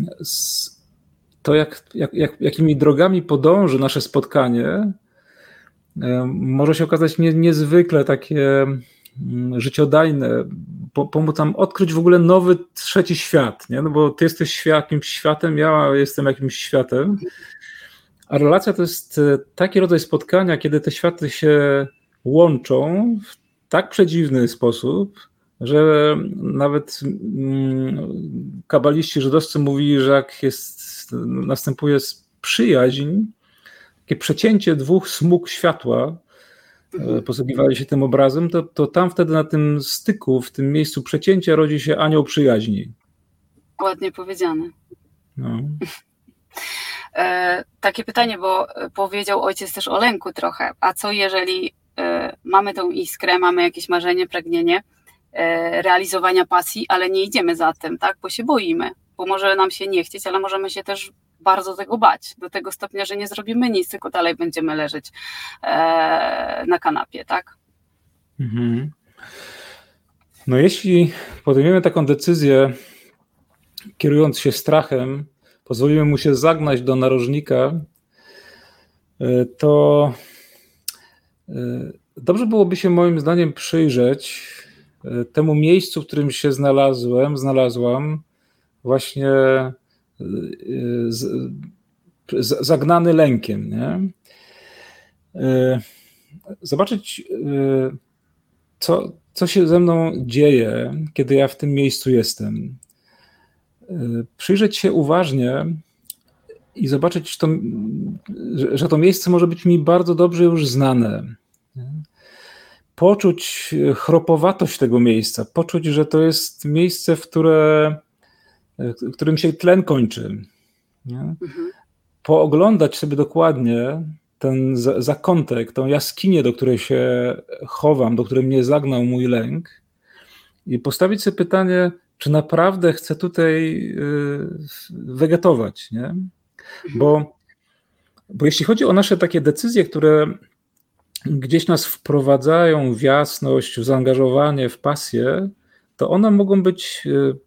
to jak, jak, jak, jakimi drogami podąży nasze spotkanie, może się okazać nie, niezwykle takie życiodajne, pomóc nam odkryć w ogóle nowy, trzeci świat, nie? No bo ty jesteś jakimś światem, ja jestem jakimś światem, a relacja to jest taki rodzaj spotkania, kiedy te światy się łączą w tak przedziwny sposób, że nawet kabaliści żydowscy mówili, że jak jest, następuje przyjaźń, takie przecięcie dwóch smug światła, posługiwali się tym obrazem, to, to tam wtedy na tym styku, w tym miejscu przecięcia rodzi się anioł przyjaźni. Ładnie powiedziane. No. E, takie pytanie, bo powiedział ojciec też o lęku trochę. A co jeżeli e, mamy tą iskrę, mamy jakieś marzenie, pragnienie e, realizowania pasji, ale nie idziemy za tym, tak? Bo się boimy, bo może nam się nie chcieć, ale możemy się też bardzo tego bać, do tego stopnia, że nie zrobimy nic, tylko dalej będziemy leżeć e, na kanapie, tak? Mhm. No jeśli podejmiemy taką decyzję, kierując się strachem, pozwolimy mu się zagnać do narożnika, to dobrze byłoby się moim zdaniem przyjrzeć temu miejscu, w którym się znalazłem, znalazłam, właśnie zagnany lękiem. Nie? Zobaczyć, co, co się ze mną dzieje, kiedy ja w tym miejscu jestem. Przyjrzeć się uważnie i zobaczyć, to, że to miejsce może być mi bardzo dobrze już znane. Poczuć chropowatość tego miejsca, poczuć, że to jest miejsce, w, które, w którym się tlen kończy. Nie? Mhm. Pooglądać sobie dokładnie ten zakątek, tą jaskinię, do której się chowam, do której mnie zagnał mój lęk i postawić sobie pytanie, czy naprawdę chcę tutaj wegetować, nie? Bo, bo jeśli chodzi o nasze takie decyzje, które gdzieś nas wprowadzają w jasność, w zaangażowanie, w pasję, to one mogą być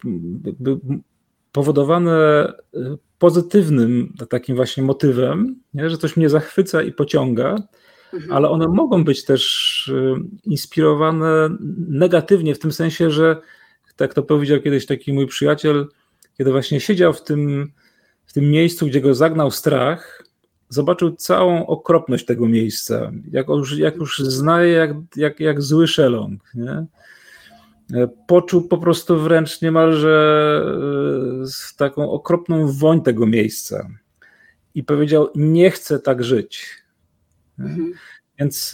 powodowane pozytywnym takim właśnie motywem, nie? Że coś mnie zachwyca i pociąga, mhm. ale one mogą być też inspirowane negatywnie w tym sensie, że tak to powiedział kiedyś taki mój przyjaciel, kiedy właśnie siedział w tym, w tym miejscu, gdzie go zagnał strach, zobaczył całą okropność tego miejsca, jak już, jak już znaje, jak, jak, jak zły szeląg. Nie? Poczuł po prostu wręcz niemalże taką okropną woń tego miejsca i powiedział, nie chcę tak żyć. Mhm. Więc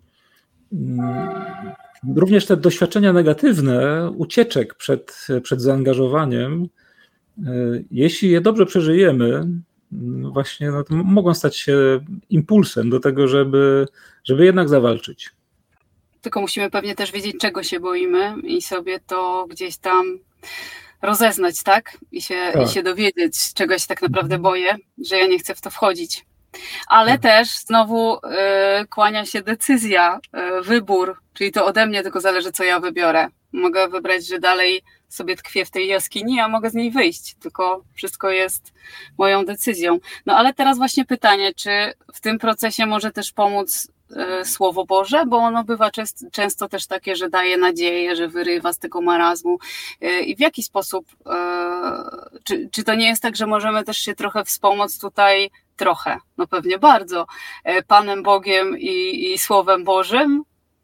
również te doświadczenia negatywne, ucieczek przed, przed zaangażowaniem, jeśli je dobrze przeżyjemy, właśnie no to mogą stać się impulsem do tego, żeby, żeby jednak zawalczyć. Tylko musimy pewnie też wiedzieć, czego się boimy i sobie to gdzieś tam rozeznać, tak? I się, tak. I się dowiedzieć, czego się tak naprawdę boję, że ja nie chcę w to wchodzić. Ale tak. też znowu y, kłania się decyzja, y, wybór, czyli to ode mnie tylko zależy, co ja wybiorę. Mogę wybrać, że dalej sobie tkwię w tej jaskini, a mogę z niej wyjść, tylko wszystko jest moją decyzją. No ale teraz właśnie pytanie, czy w tym procesie może też pomóc y, Słowo Boże, bo ono bywa często, często też takie, że daje nadzieję, że wyrywa z tego marazmu. Y, I w jaki sposób, y, czy, czy to nie jest tak, że możemy też się trochę wspomóc tutaj, trochę, no pewnie bardzo, Panem Bogiem i, i Słowem Bożym?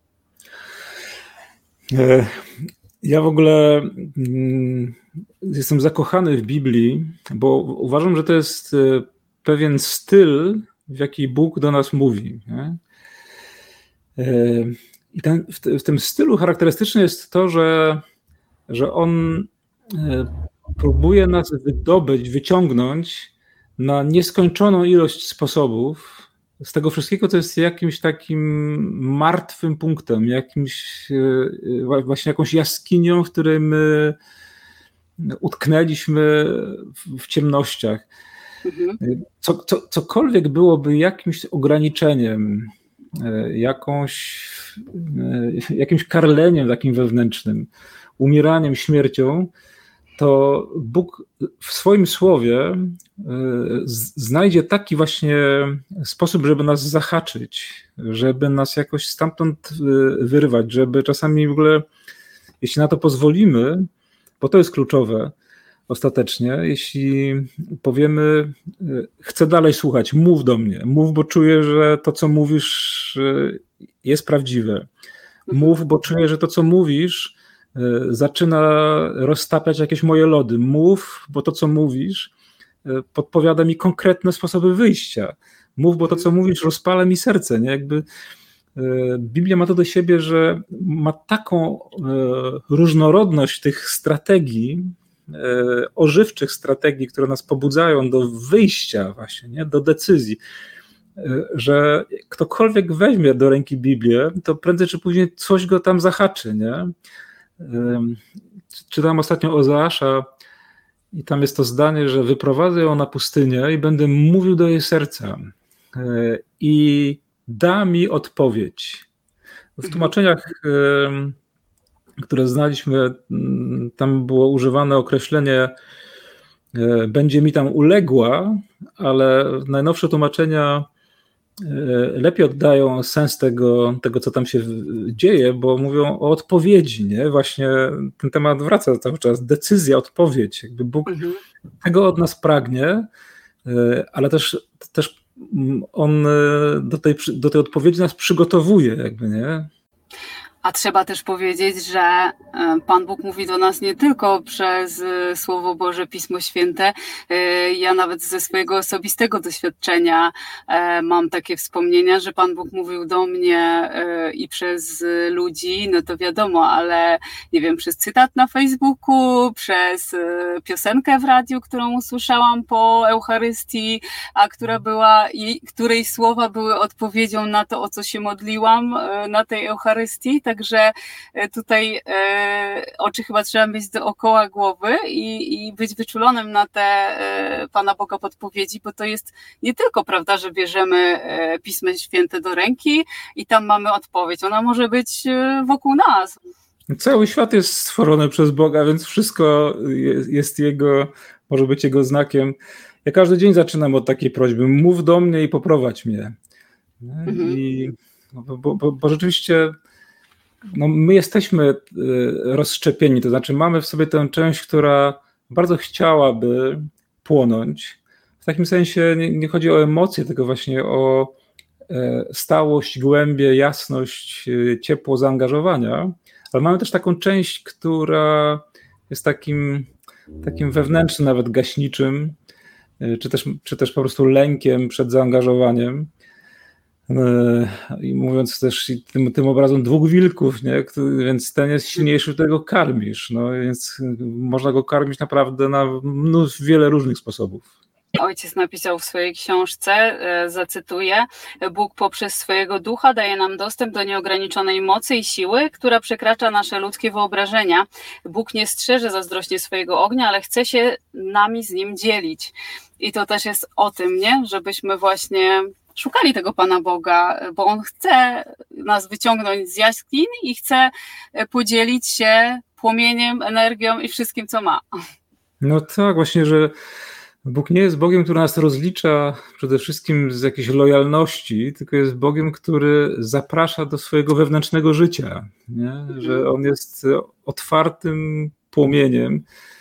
Ja w ogóle jestem zakochany w Biblii, bo uważam, że to jest pewien styl, w jaki Bóg do nas mówi. Nie? I ten, w tym stylu charakterystyczne jest to, że, że on próbuje nas wydobyć, wyciągnąć na nieskończoną ilość sposobów z tego wszystkiego, co jest jakimś takim martwym punktem, jakimś właśnie jakąś jaskinią, w której my utknęliśmy w ciemnościach. Mhm. Co, co, cokolwiek byłoby jakimś ograniczeniem, jakąś, jakimś karleniem takim wewnętrznym, umieraniem, śmiercią, to Bóg w swoim słowie znajdzie taki właśnie sposób, żeby nas zahaczyć, żeby nas jakoś stamtąd wyrwać, żeby czasami w ogóle, jeśli na to pozwolimy, bo to jest kluczowe ostatecznie, jeśli powiemy, chcę dalej słuchać, mów do mnie, mów, bo czuję, że to, co mówisz, jest prawdziwe. Mów, bo czuję, że to, co mówisz, zaczyna roztapiać jakieś moje lody. Mów, bo to, co mówisz, podpowiada mi konkretne sposoby wyjścia. Mów, bo to, co mówisz, rozpala mi serce. Nie? Jakby Biblia ma to do siebie, że ma taką różnorodność tych strategii, ożywczych strategii, które nas pobudzają do wyjścia właśnie, nie? Do decyzji, że ktokolwiek weźmie do ręki Biblię, to prędzej czy później coś go tam zahaczy. Nie? Czytałem ostatnio Ozeasza i tam jest to zdanie, że wyprowadzę ją na pustynię i będę mówił do jej serca i da mi odpowiedź. W tłumaczeniach, które znaliśmy, tam było używane określenie będzie mi tam uległa, ale najnowsze tłumaczenia lepiej oddają sens tego, tego, co tam się dzieje, bo mówią o odpowiedzi, nie? Właśnie ten temat wraca cały czas, decyzja, odpowiedź. Jakby Bóg mhm. tego od nas pragnie, ale też, też On do tej, do tej odpowiedzi nas przygotowuje, jakby, nie? A trzeba też powiedzieć, że Pan Bóg mówi do nas nie tylko przez Słowo Boże, Pismo Święte. Ja nawet ze swojego osobistego doświadczenia mam takie wspomnienia, że Pan Bóg mówił do mnie i przez ludzi, no to wiadomo, ale nie wiem, przez cytat na Facebooku, przez piosenkę w radiu, którą usłyszałam po Eucharystii, a która była, której słowa były odpowiedzią na to, o co się modliłam na tej Eucharystii. Także tutaj e, oczy chyba trzeba mieć dookoła głowy i, i być wyczulonym na te e, Pana Boga podpowiedzi, bo to jest nie tylko prawda, że bierzemy e, Pismo Święte do ręki i tam mamy odpowiedź. Ona może być e, wokół nas. Cały świat jest stworzony przez Boga, więc wszystko jest, jest Jego, może być Jego znakiem. Ja każdy dzień zaczynam od takiej prośby: mów do mnie i poprowadź mnie. Mhm. I, bo, bo, bo, bo rzeczywiście no my jesteśmy rozszczepieni, to znaczy mamy w sobie tę część, która bardzo chciałaby płonąć. W takim sensie nie, nie chodzi o emocje, tylko właśnie o stałość, głębię, jasność, ciepło zaangażowania, ale mamy też taką część, która jest takim, takim wewnętrznym, nawet gaśniczym, czy też, czy też po prostu lękiem przed zaangażowaniem. I mówiąc też tym, tym obrazem dwóch wilków, nie? Więc ten jest silniejszy, tego karmisz. No, więc można go karmić naprawdę na no, wiele różnych sposobów. Ojciec napisał w swojej książce, zacytuję: Bóg poprzez swojego ducha daje nam dostęp do nieograniczonej mocy i siły, która przekracza nasze ludzkie wyobrażenia. Bóg nie strzeże zazdrośnie swojego ognia, ale chce się nami z nim dzielić. I to też jest o tym, nie? Żebyśmy właśnie szukali tego Pana Boga, bo On chce nas wyciągnąć z jaskiń i chce podzielić się płomieniem, energią i wszystkim, co ma. No tak, właśnie, że Bóg nie jest Bogiem, który nas rozlicza przede wszystkim z jakiejś lojalności, tylko jest Bogiem, który zaprasza do swojego wewnętrznego życia, nie? Że On jest otwartym płomieniem.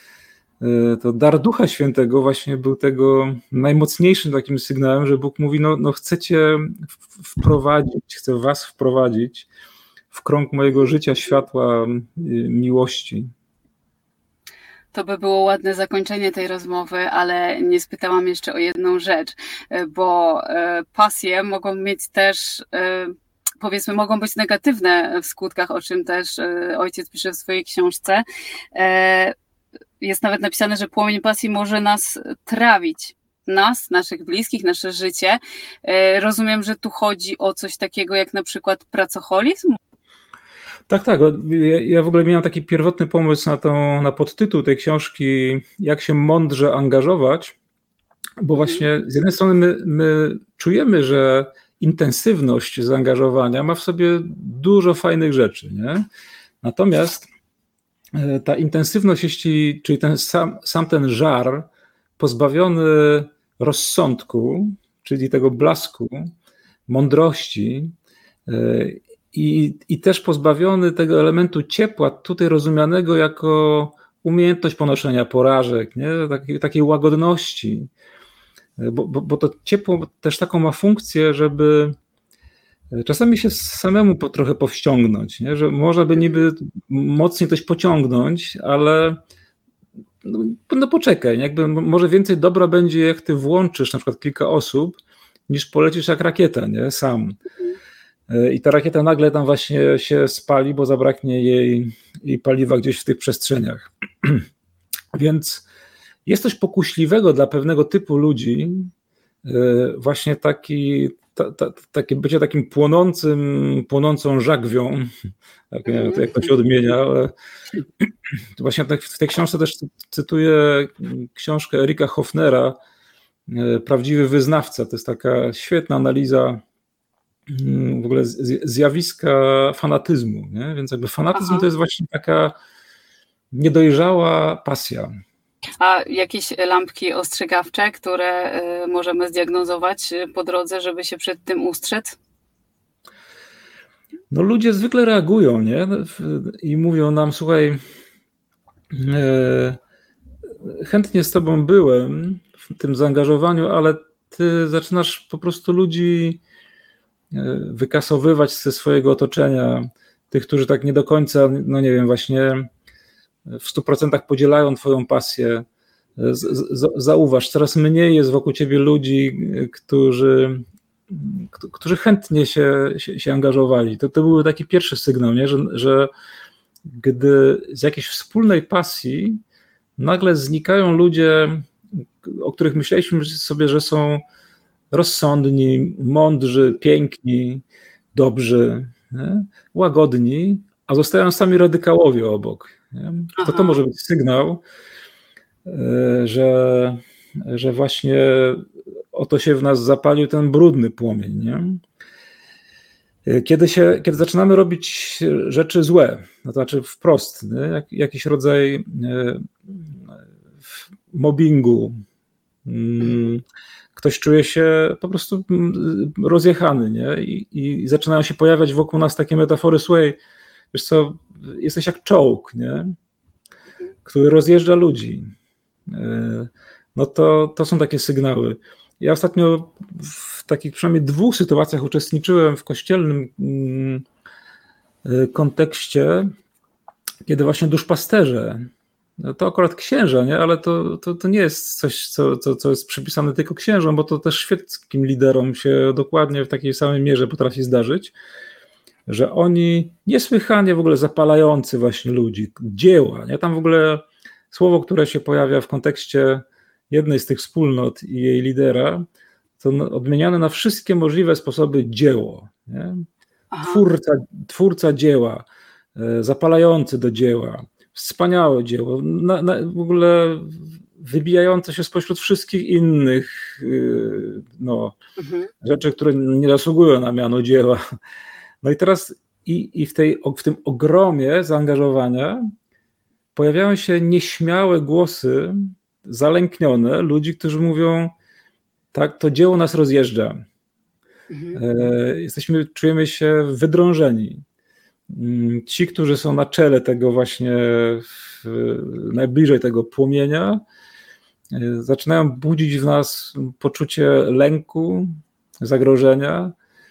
To dar Ducha Świętego właśnie był tego najmocniejszym takim sygnałem, że Bóg mówi, no, no chcę cię wprowadzić, chcę was wprowadzić w krąg mojego życia, światła, miłości. To by było ładne zakończenie tej rozmowy, ale nie spytałam jeszcze o jedną rzecz, bo pasje mogą mieć też, powiedzmy, mogą być negatywne w skutkach, o czym też ojciec pisze w swojej książce. Jest nawet napisane, że płomień pasji może nas trawić. Nas, naszych bliskich, nasze życie. Rozumiem, że tu chodzi o coś takiego jak na przykład pracoholizm? Tak, tak. Ja w ogóle miałem taki pierwotny pomysł na, tą, na podtytuł tej książki, jak się mądrze angażować, bo właśnie z jednej strony my, my czujemy, że intensywność zaangażowania ma w sobie dużo fajnych rzeczy, nie? Natomiast ta intensywność, jeśli, czyli ten sam, sam ten żar pozbawiony rozsądku, czyli tego blasku, mądrości i, i też pozbawiony tego elementu ciepła, tutaj rozumianego jako umiejętność ponoszenia porażek, nie? Takiej, takiej łagodności, bo, bo, bo to ciepło też taką ma funkcję, żeby Czasami się samemu po, trochę powściągnąć, nie? Że można by niby mocniej coś pociągnąć, ale no, no poczekaj, jakby może więcej dobra będzie, jak ty włączysz na przykład kilka osób, niż polecisz jak rakieta, nie? Sam. I ta rakieta nagle tam właśnie się spali, bo zabraknie jej, jej paliwa gdzieś w tych przestrzeniach. Więc jest coś pokuśliwego dla pewnego typu ludzi, właśnie taki, ta, ta, takie bycie takim płonącym, płonącą żagwią, tak, nie wiem, jak to się odmienia, ale właśnie w tej książce też cytuję książkę Erika Hofnera, Prawdziwy wyznawca. To jest taka świetna analiza w ogóle zjawiska fanatyzmu, nie? Więc jakby fanatyzm Aha. to jest właśnie taka niedojrzała pasja. A jakieś lampki ostrzegawcze, które możemy zdiagnozować po drodze, żeby się przed tym ustrzec? No ludzie zwykle reagują, nie? I mówią nam, słuchaj, chętnie z tobą byłem w tym zaangażowaniu, ale ty zaczynasz po prostu ludzi wykasowywać ze swojego otoczenia, tych, którzy tak nie do końca, no nie wiem, właśnie w stu procentach podzielają twoją pasję. Z, z, zauważ, coraz mniej jest wokół ciebie ludzi, którzy, którzy chętnie się, się, się angażowali. To, to był taki pierwszy sygnał, nie? Że, że gdy z jakiejś wspólnej pasji nagle znikają ludzie, o których myśleliśmy sobie, że są rozsądni, mądrzy, piękni, dobrzy, nie? Łagodni, a zostają sami radykałowie obok. Nie? To to może być sygnał, że, że właśnie oto się w nas zapalił ten brudny płomień. Nie? Kiedy, się, kiedy zaczynamy robić rzeczy złe, to znaczy wprost, nie? Jak, jakiś rodzaj mobbingu, ktoś czuje się po prostu rozjechany, nie? I, i zaczynają się pojawiać wokół nas takie metafory, słuchaj, wiesz co, jesteś jak czołg, nie? Który rozjeżdża ludzi. No to, to są takie sygnały. Ja ostatnio w takich przynajmniej dwóch sytuacjach uczestniczyłem w kościelnym kontekście, kiedy właśnie duszpasterze, no to akurat księża, nie? Ale to, to, to nie jest coś, co, co, co jest przypisane tylko księżom, bo to też świeckim liderom się dokładnie w takiej samej mierze potrafi zdarzyć, że oni niesłychanie w ogóle zapalający właśnie ludzi, dzieła, nie? Tam w ogóle słowo, które się pojawia w kontekście jednej z tych wspólnot i jej lidera, to odmieniane na wszystkie możliwe sposoby dzieło, nie? Twórca, twórca dzieła, zapalający do dzieła, wspaniałe dzieło, na, na, w ogóle wybijające się spośród wszystkich innych no, mhm. rzeczy, które nie zasługują na miano dzieła. No i teraz i, i w, tej, w tym ogromie zaangażowania pojawiają się nieśmiałe głosy, zalęknione, ludzi, którzy mówią, tak, to dzieło nas rozjeżdża. Mhm. E, jesteśmy, czujemy się wydrążeni. Ci, którzy są na czele tego właśnie, najbliżej tego płomienia, zaczynają budzić w nas poczucie lęku, zagrożenia,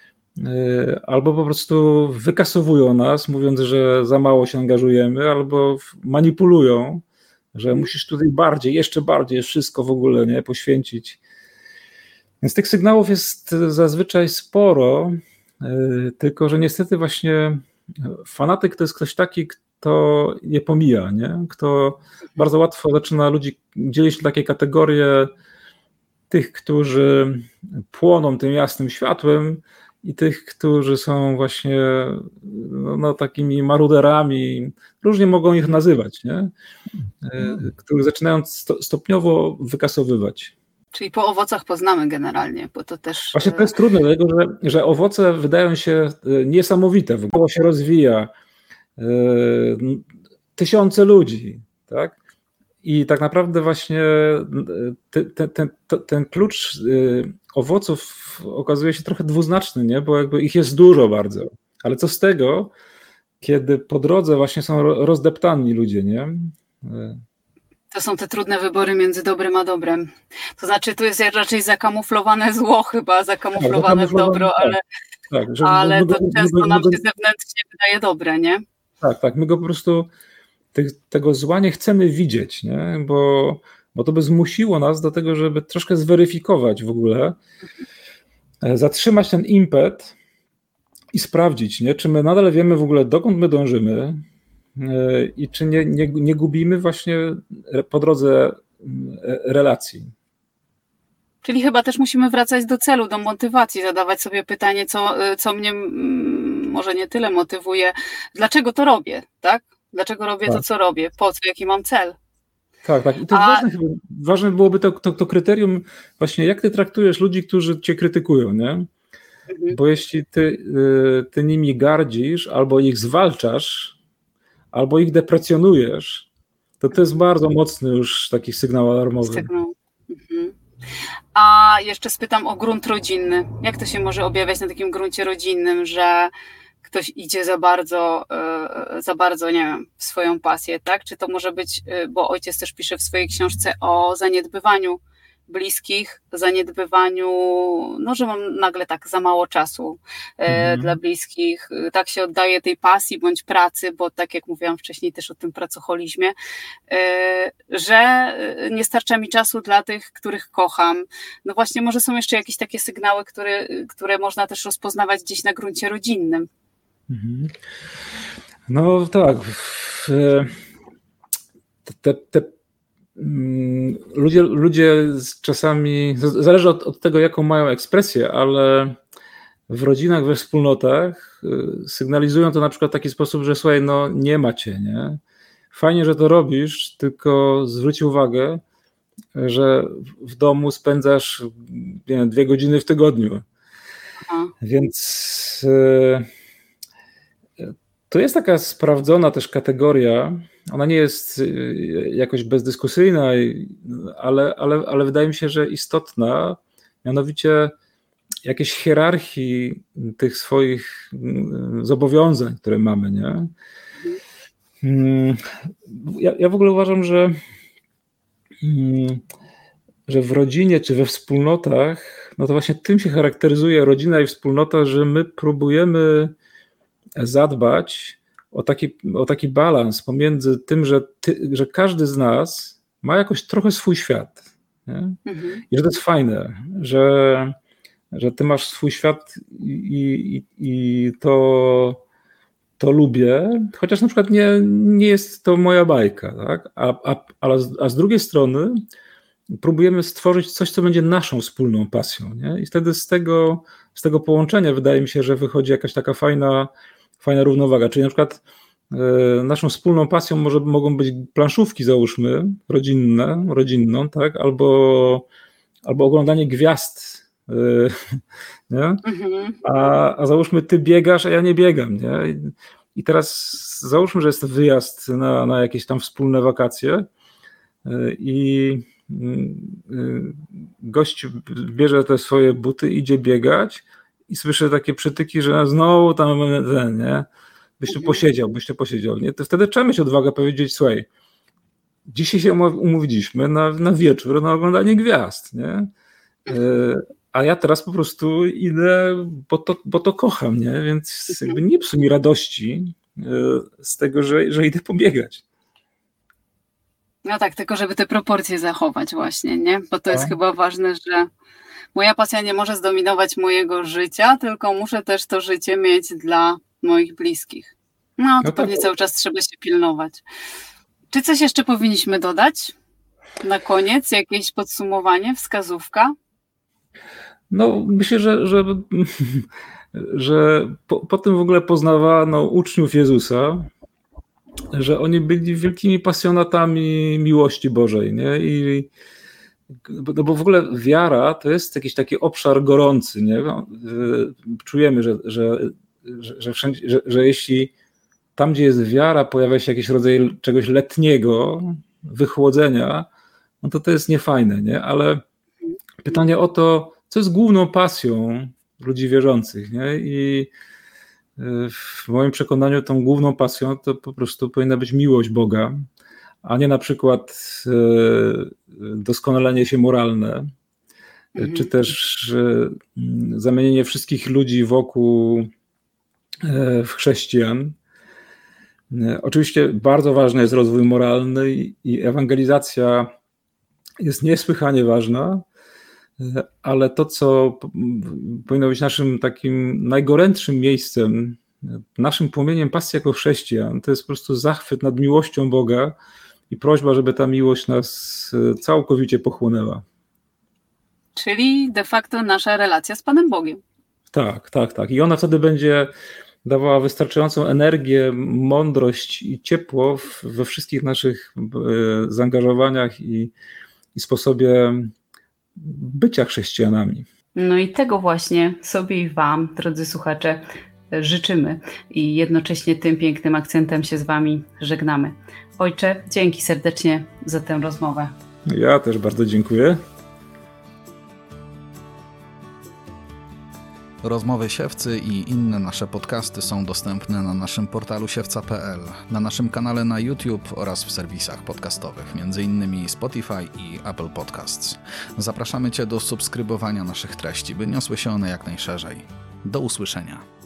albo po prostu wykasowują nas, mówiąc, że za mało się angażujemy, albo manipulują, że musisz tutaj bardziej, jeszcze bardziej wszystko w ogóle nie poświęcić. Więc tych sygnałów jest zazwyczaj sporo, tylko że niestety właśnie fanatyk to jest ktoś taki, kto je pomija, nie? Kto bardzo łatwo zaczyna ludzi dzielić na takie kategorie tych, którzy płoną tym jasnym światłem i tych, którzy są właśnie no, no, takimi maruderami, różnie mogą ich nazywać, nie? Których zaczynają stopniowo wykasowywać. Czyli po owocach poznamy generalnie, bo to też... Właśnie to jest trudne, dlatego że, że owoce wydają się niesamowite, w ogóle się rozwija, tysiące ludzi, tak? I tak naprawdę właśnie ten, ten, ten, ten klucz owoców okazuje się trochę dwuznaczny, nie? Bo jakby ich jest dużo bardzo, ale co z tego, kiedy po drodze właśnie są rozdeptani ludzie, nie? To są te trudne wybory między dobrem a dobrem. To znaczy tu jest raczej zakamuflowane zło chyba, zakamuflowane w dobro, ale tak, że ale my go, to my często go, nam my go, się zewnętrznie wydaje dobre, nie? tak, tak, my go po prostu te, tego zła nie chcemy widzieć, nie? Bo, bo to by zmusiło nas do tego, żeby troszkę zweryfikować w ogóle, zatrzymać ten impet i sprawdzić, nie? Czy my nadal wiemy w ogóle, dokąd my dążymy i czy nie, nie, nie gubimy właśnie po drodze relacji. Czyli chyba też musimy wracać do celu, do motywacji, zadawać sobie pytanie, co, co mnie może nie tyle motywuje, dlaczego to robię, tak? Dlaczego robię tak. to, co robię, po co, jaki mam cel. Tak, tak. I to jest A... ważne, chyba, ważne byłoby to, to, to kryterium właśnie, jak ty traktujesz ludzi, którzy cię krytykują, nie? Mhm. Bo jeśli ty, ty nimi gardzisz, albo ich zwalczasz, albo ich deprecjonujesz, to to jest bardzo mocny już taki sygnał alarmowy. Sygnał. Mhm. A jeszcze spytam o grunt rodzinny. Jak to się może objawiać na takim gruncie rodzinnym, że ktoś idzie za bardzo, za bardzo, nie wiem, w swoją pasję, tak? Czy to może być, bo ojciec też pisze w swojej książce o zaniedbywaniu bliskich, zaniedbywaniu, no, że mam nagle tak za mało czasu mhm. dla bliskich, tak się oddaje tej pasji bądź pracy, bo tak jak mówiłam wcześniej też o tym pracoholizmie, że nie starcza mi czasu dla tych, których kocham. No właśnie, może są jeszcze jakieś takie sygnały, które, które można też rozpoznawać gdzieś na gruncie rodzinnym. Mhm. No tak. Te, te Ludzie, ludzie czasami, zależy od, od tego, jaką mają ekspresję, ale w rodzinach, we wspólnotach sygnalizują to na przykład w taki sposób, że słuchaj, no nie ma cię, nie? Fajnie, że to robisz, tylko zwróć uwagę, że w domu spędzasz, nie wiem, dwie godziny w tygodniu. Aha. Więc to jest taka sprawdzona też kategoria. Ona nie jest jakoś bezdyskusyjna, ale, ale, ale wydaje mi się, że istotna, mianowicie jakiejś hierarchii tych swoich zobowiązań, które mamy, nie? Ja, ja w ogóle uważam, że, że w rodzinie czy we wspólnotach, no to właśnie tym się charakteryzuje rodzina i wspólnota, że my próbujemy zadbać o taki, o taki balans pomiędzy tym, że, ty, że każdy z nas ma jakoś trochę swój świat. Nie? Mhm. I że to jest fajne, że, że ty masz swój świat i, i, i to, to lubię, chociaż na przykład nie, nie jest to moja bajka. Tak? A, a, a, a z drugiej strony próbujemy stworzyć coś, co będzie naszą wspólną pasją. Nie? I wtedy z tego, z tego połączenia wydaje mi się, że wychodzi jakaś taka fajna Fajna równowaga, czyli na przykład y, naszą wspólną pasją może, mogą być planszówki, załóżmy, rodzinne, rodzinną, tak? Albo, albo oglądanie gwiazd, y, nie? Mhm. A, a załóżmy ty biegasz, a ja nie biegam, nie? I, i teraz załóżmy, że jest wyjazd na, na jakieś tam wspólne wakacje y, i y, gość bierze te swoje buty, idzie biegać, i słyszę takie przytyki, że znowu tam ten, nie? Byś tu posiedział, byś tu posiedział, nie? To wtedy trzeba mieć odwagę powiedzieć, słuchaj, dzisiaj się umówiliśmy na, na wieczór, na oglądanie gwiazd, nie? A ja teraz po prostu idę, bo to, bo to kocham, nie? Więc jakby nie psuj mi radości z tego, że, że idę pobiegać. No tak, tylko żeby te proporcje zachować właśnie, nie? Bo to jest A. chyba ważne, że moja pasja nie może zdominować mojego życia, tylko muszę też to życie mieć dla moich bliskich. No to no tak. Pewnie cały czas trzeba się pilnować. Czy coś jeszcze powinniśmy dodać? Na koniec jakieś podsumowanie, wskazówka? No myślę, że, że, że po, po tym w ogóle poznawano uczniów Jezusa, że oni byli wielkimi pasjonatami miłości Bożej, nie? I no bo w ogóle wiara to jest jakiś taki obszar gorący, nie? Czujemy, że, że, że, że, wszędzie, że, że jeśli tam, gdzie jest wiara, pojawia się jakiś rodzaj czegoś letniego, wychłodzenia, no to to jest niefajne, nie? Ale pytanie o to, co jest główną pasją ludzi wierzących, nie? I w moim przekonaniu tą główną pasją to po prostu powinna być miłość Boga, a nie na przykład doskonalenie się moralne, mhm. czy też zamienienie wszystkich ludzi wokół w chrześcijan. Oczywiście bardzo ważny jest rozwój moralny i ewangelizacja jest niesłychanie ważna, ale to, co powinno być naszym takim najgorętszym miejscem, naszym płomieniem pasji jako chrześcijan, to jest po prostu zachwyt nad miłością Boga i prośba, żeby ta miłość nas całkowicie pochłonęła. Czyli de facto nasza relacja z Panem Bogiem. Tak, tak, tak. I ona wtedy będzie dawała wystarczającą energię, mądrość i ciepło we wszystkich naszych zaangażowaniach i, i sposobie bycia chrześcijanami. No i tego właśnie sobie i wam, drodzy słuchacze, życzymy i jednocześnie tym pięknym akcentem się z wami żegnamy. Ojcze, dzięki serdecznie za tę rozmowę. Ja też bardzo dziękuję. Rozmowy Siewcy i inne nasze podcasty są dostępne na naszym portalu siewca kropka pe el, na naszym kanale na YouTube oraz w serwisach podcastowych, między innymi Spotify i Apple Podcasts. Zapraszamy Cię do subskrybowania naszych treści, by niosły się one jak najszerzej. Do usłyszenia.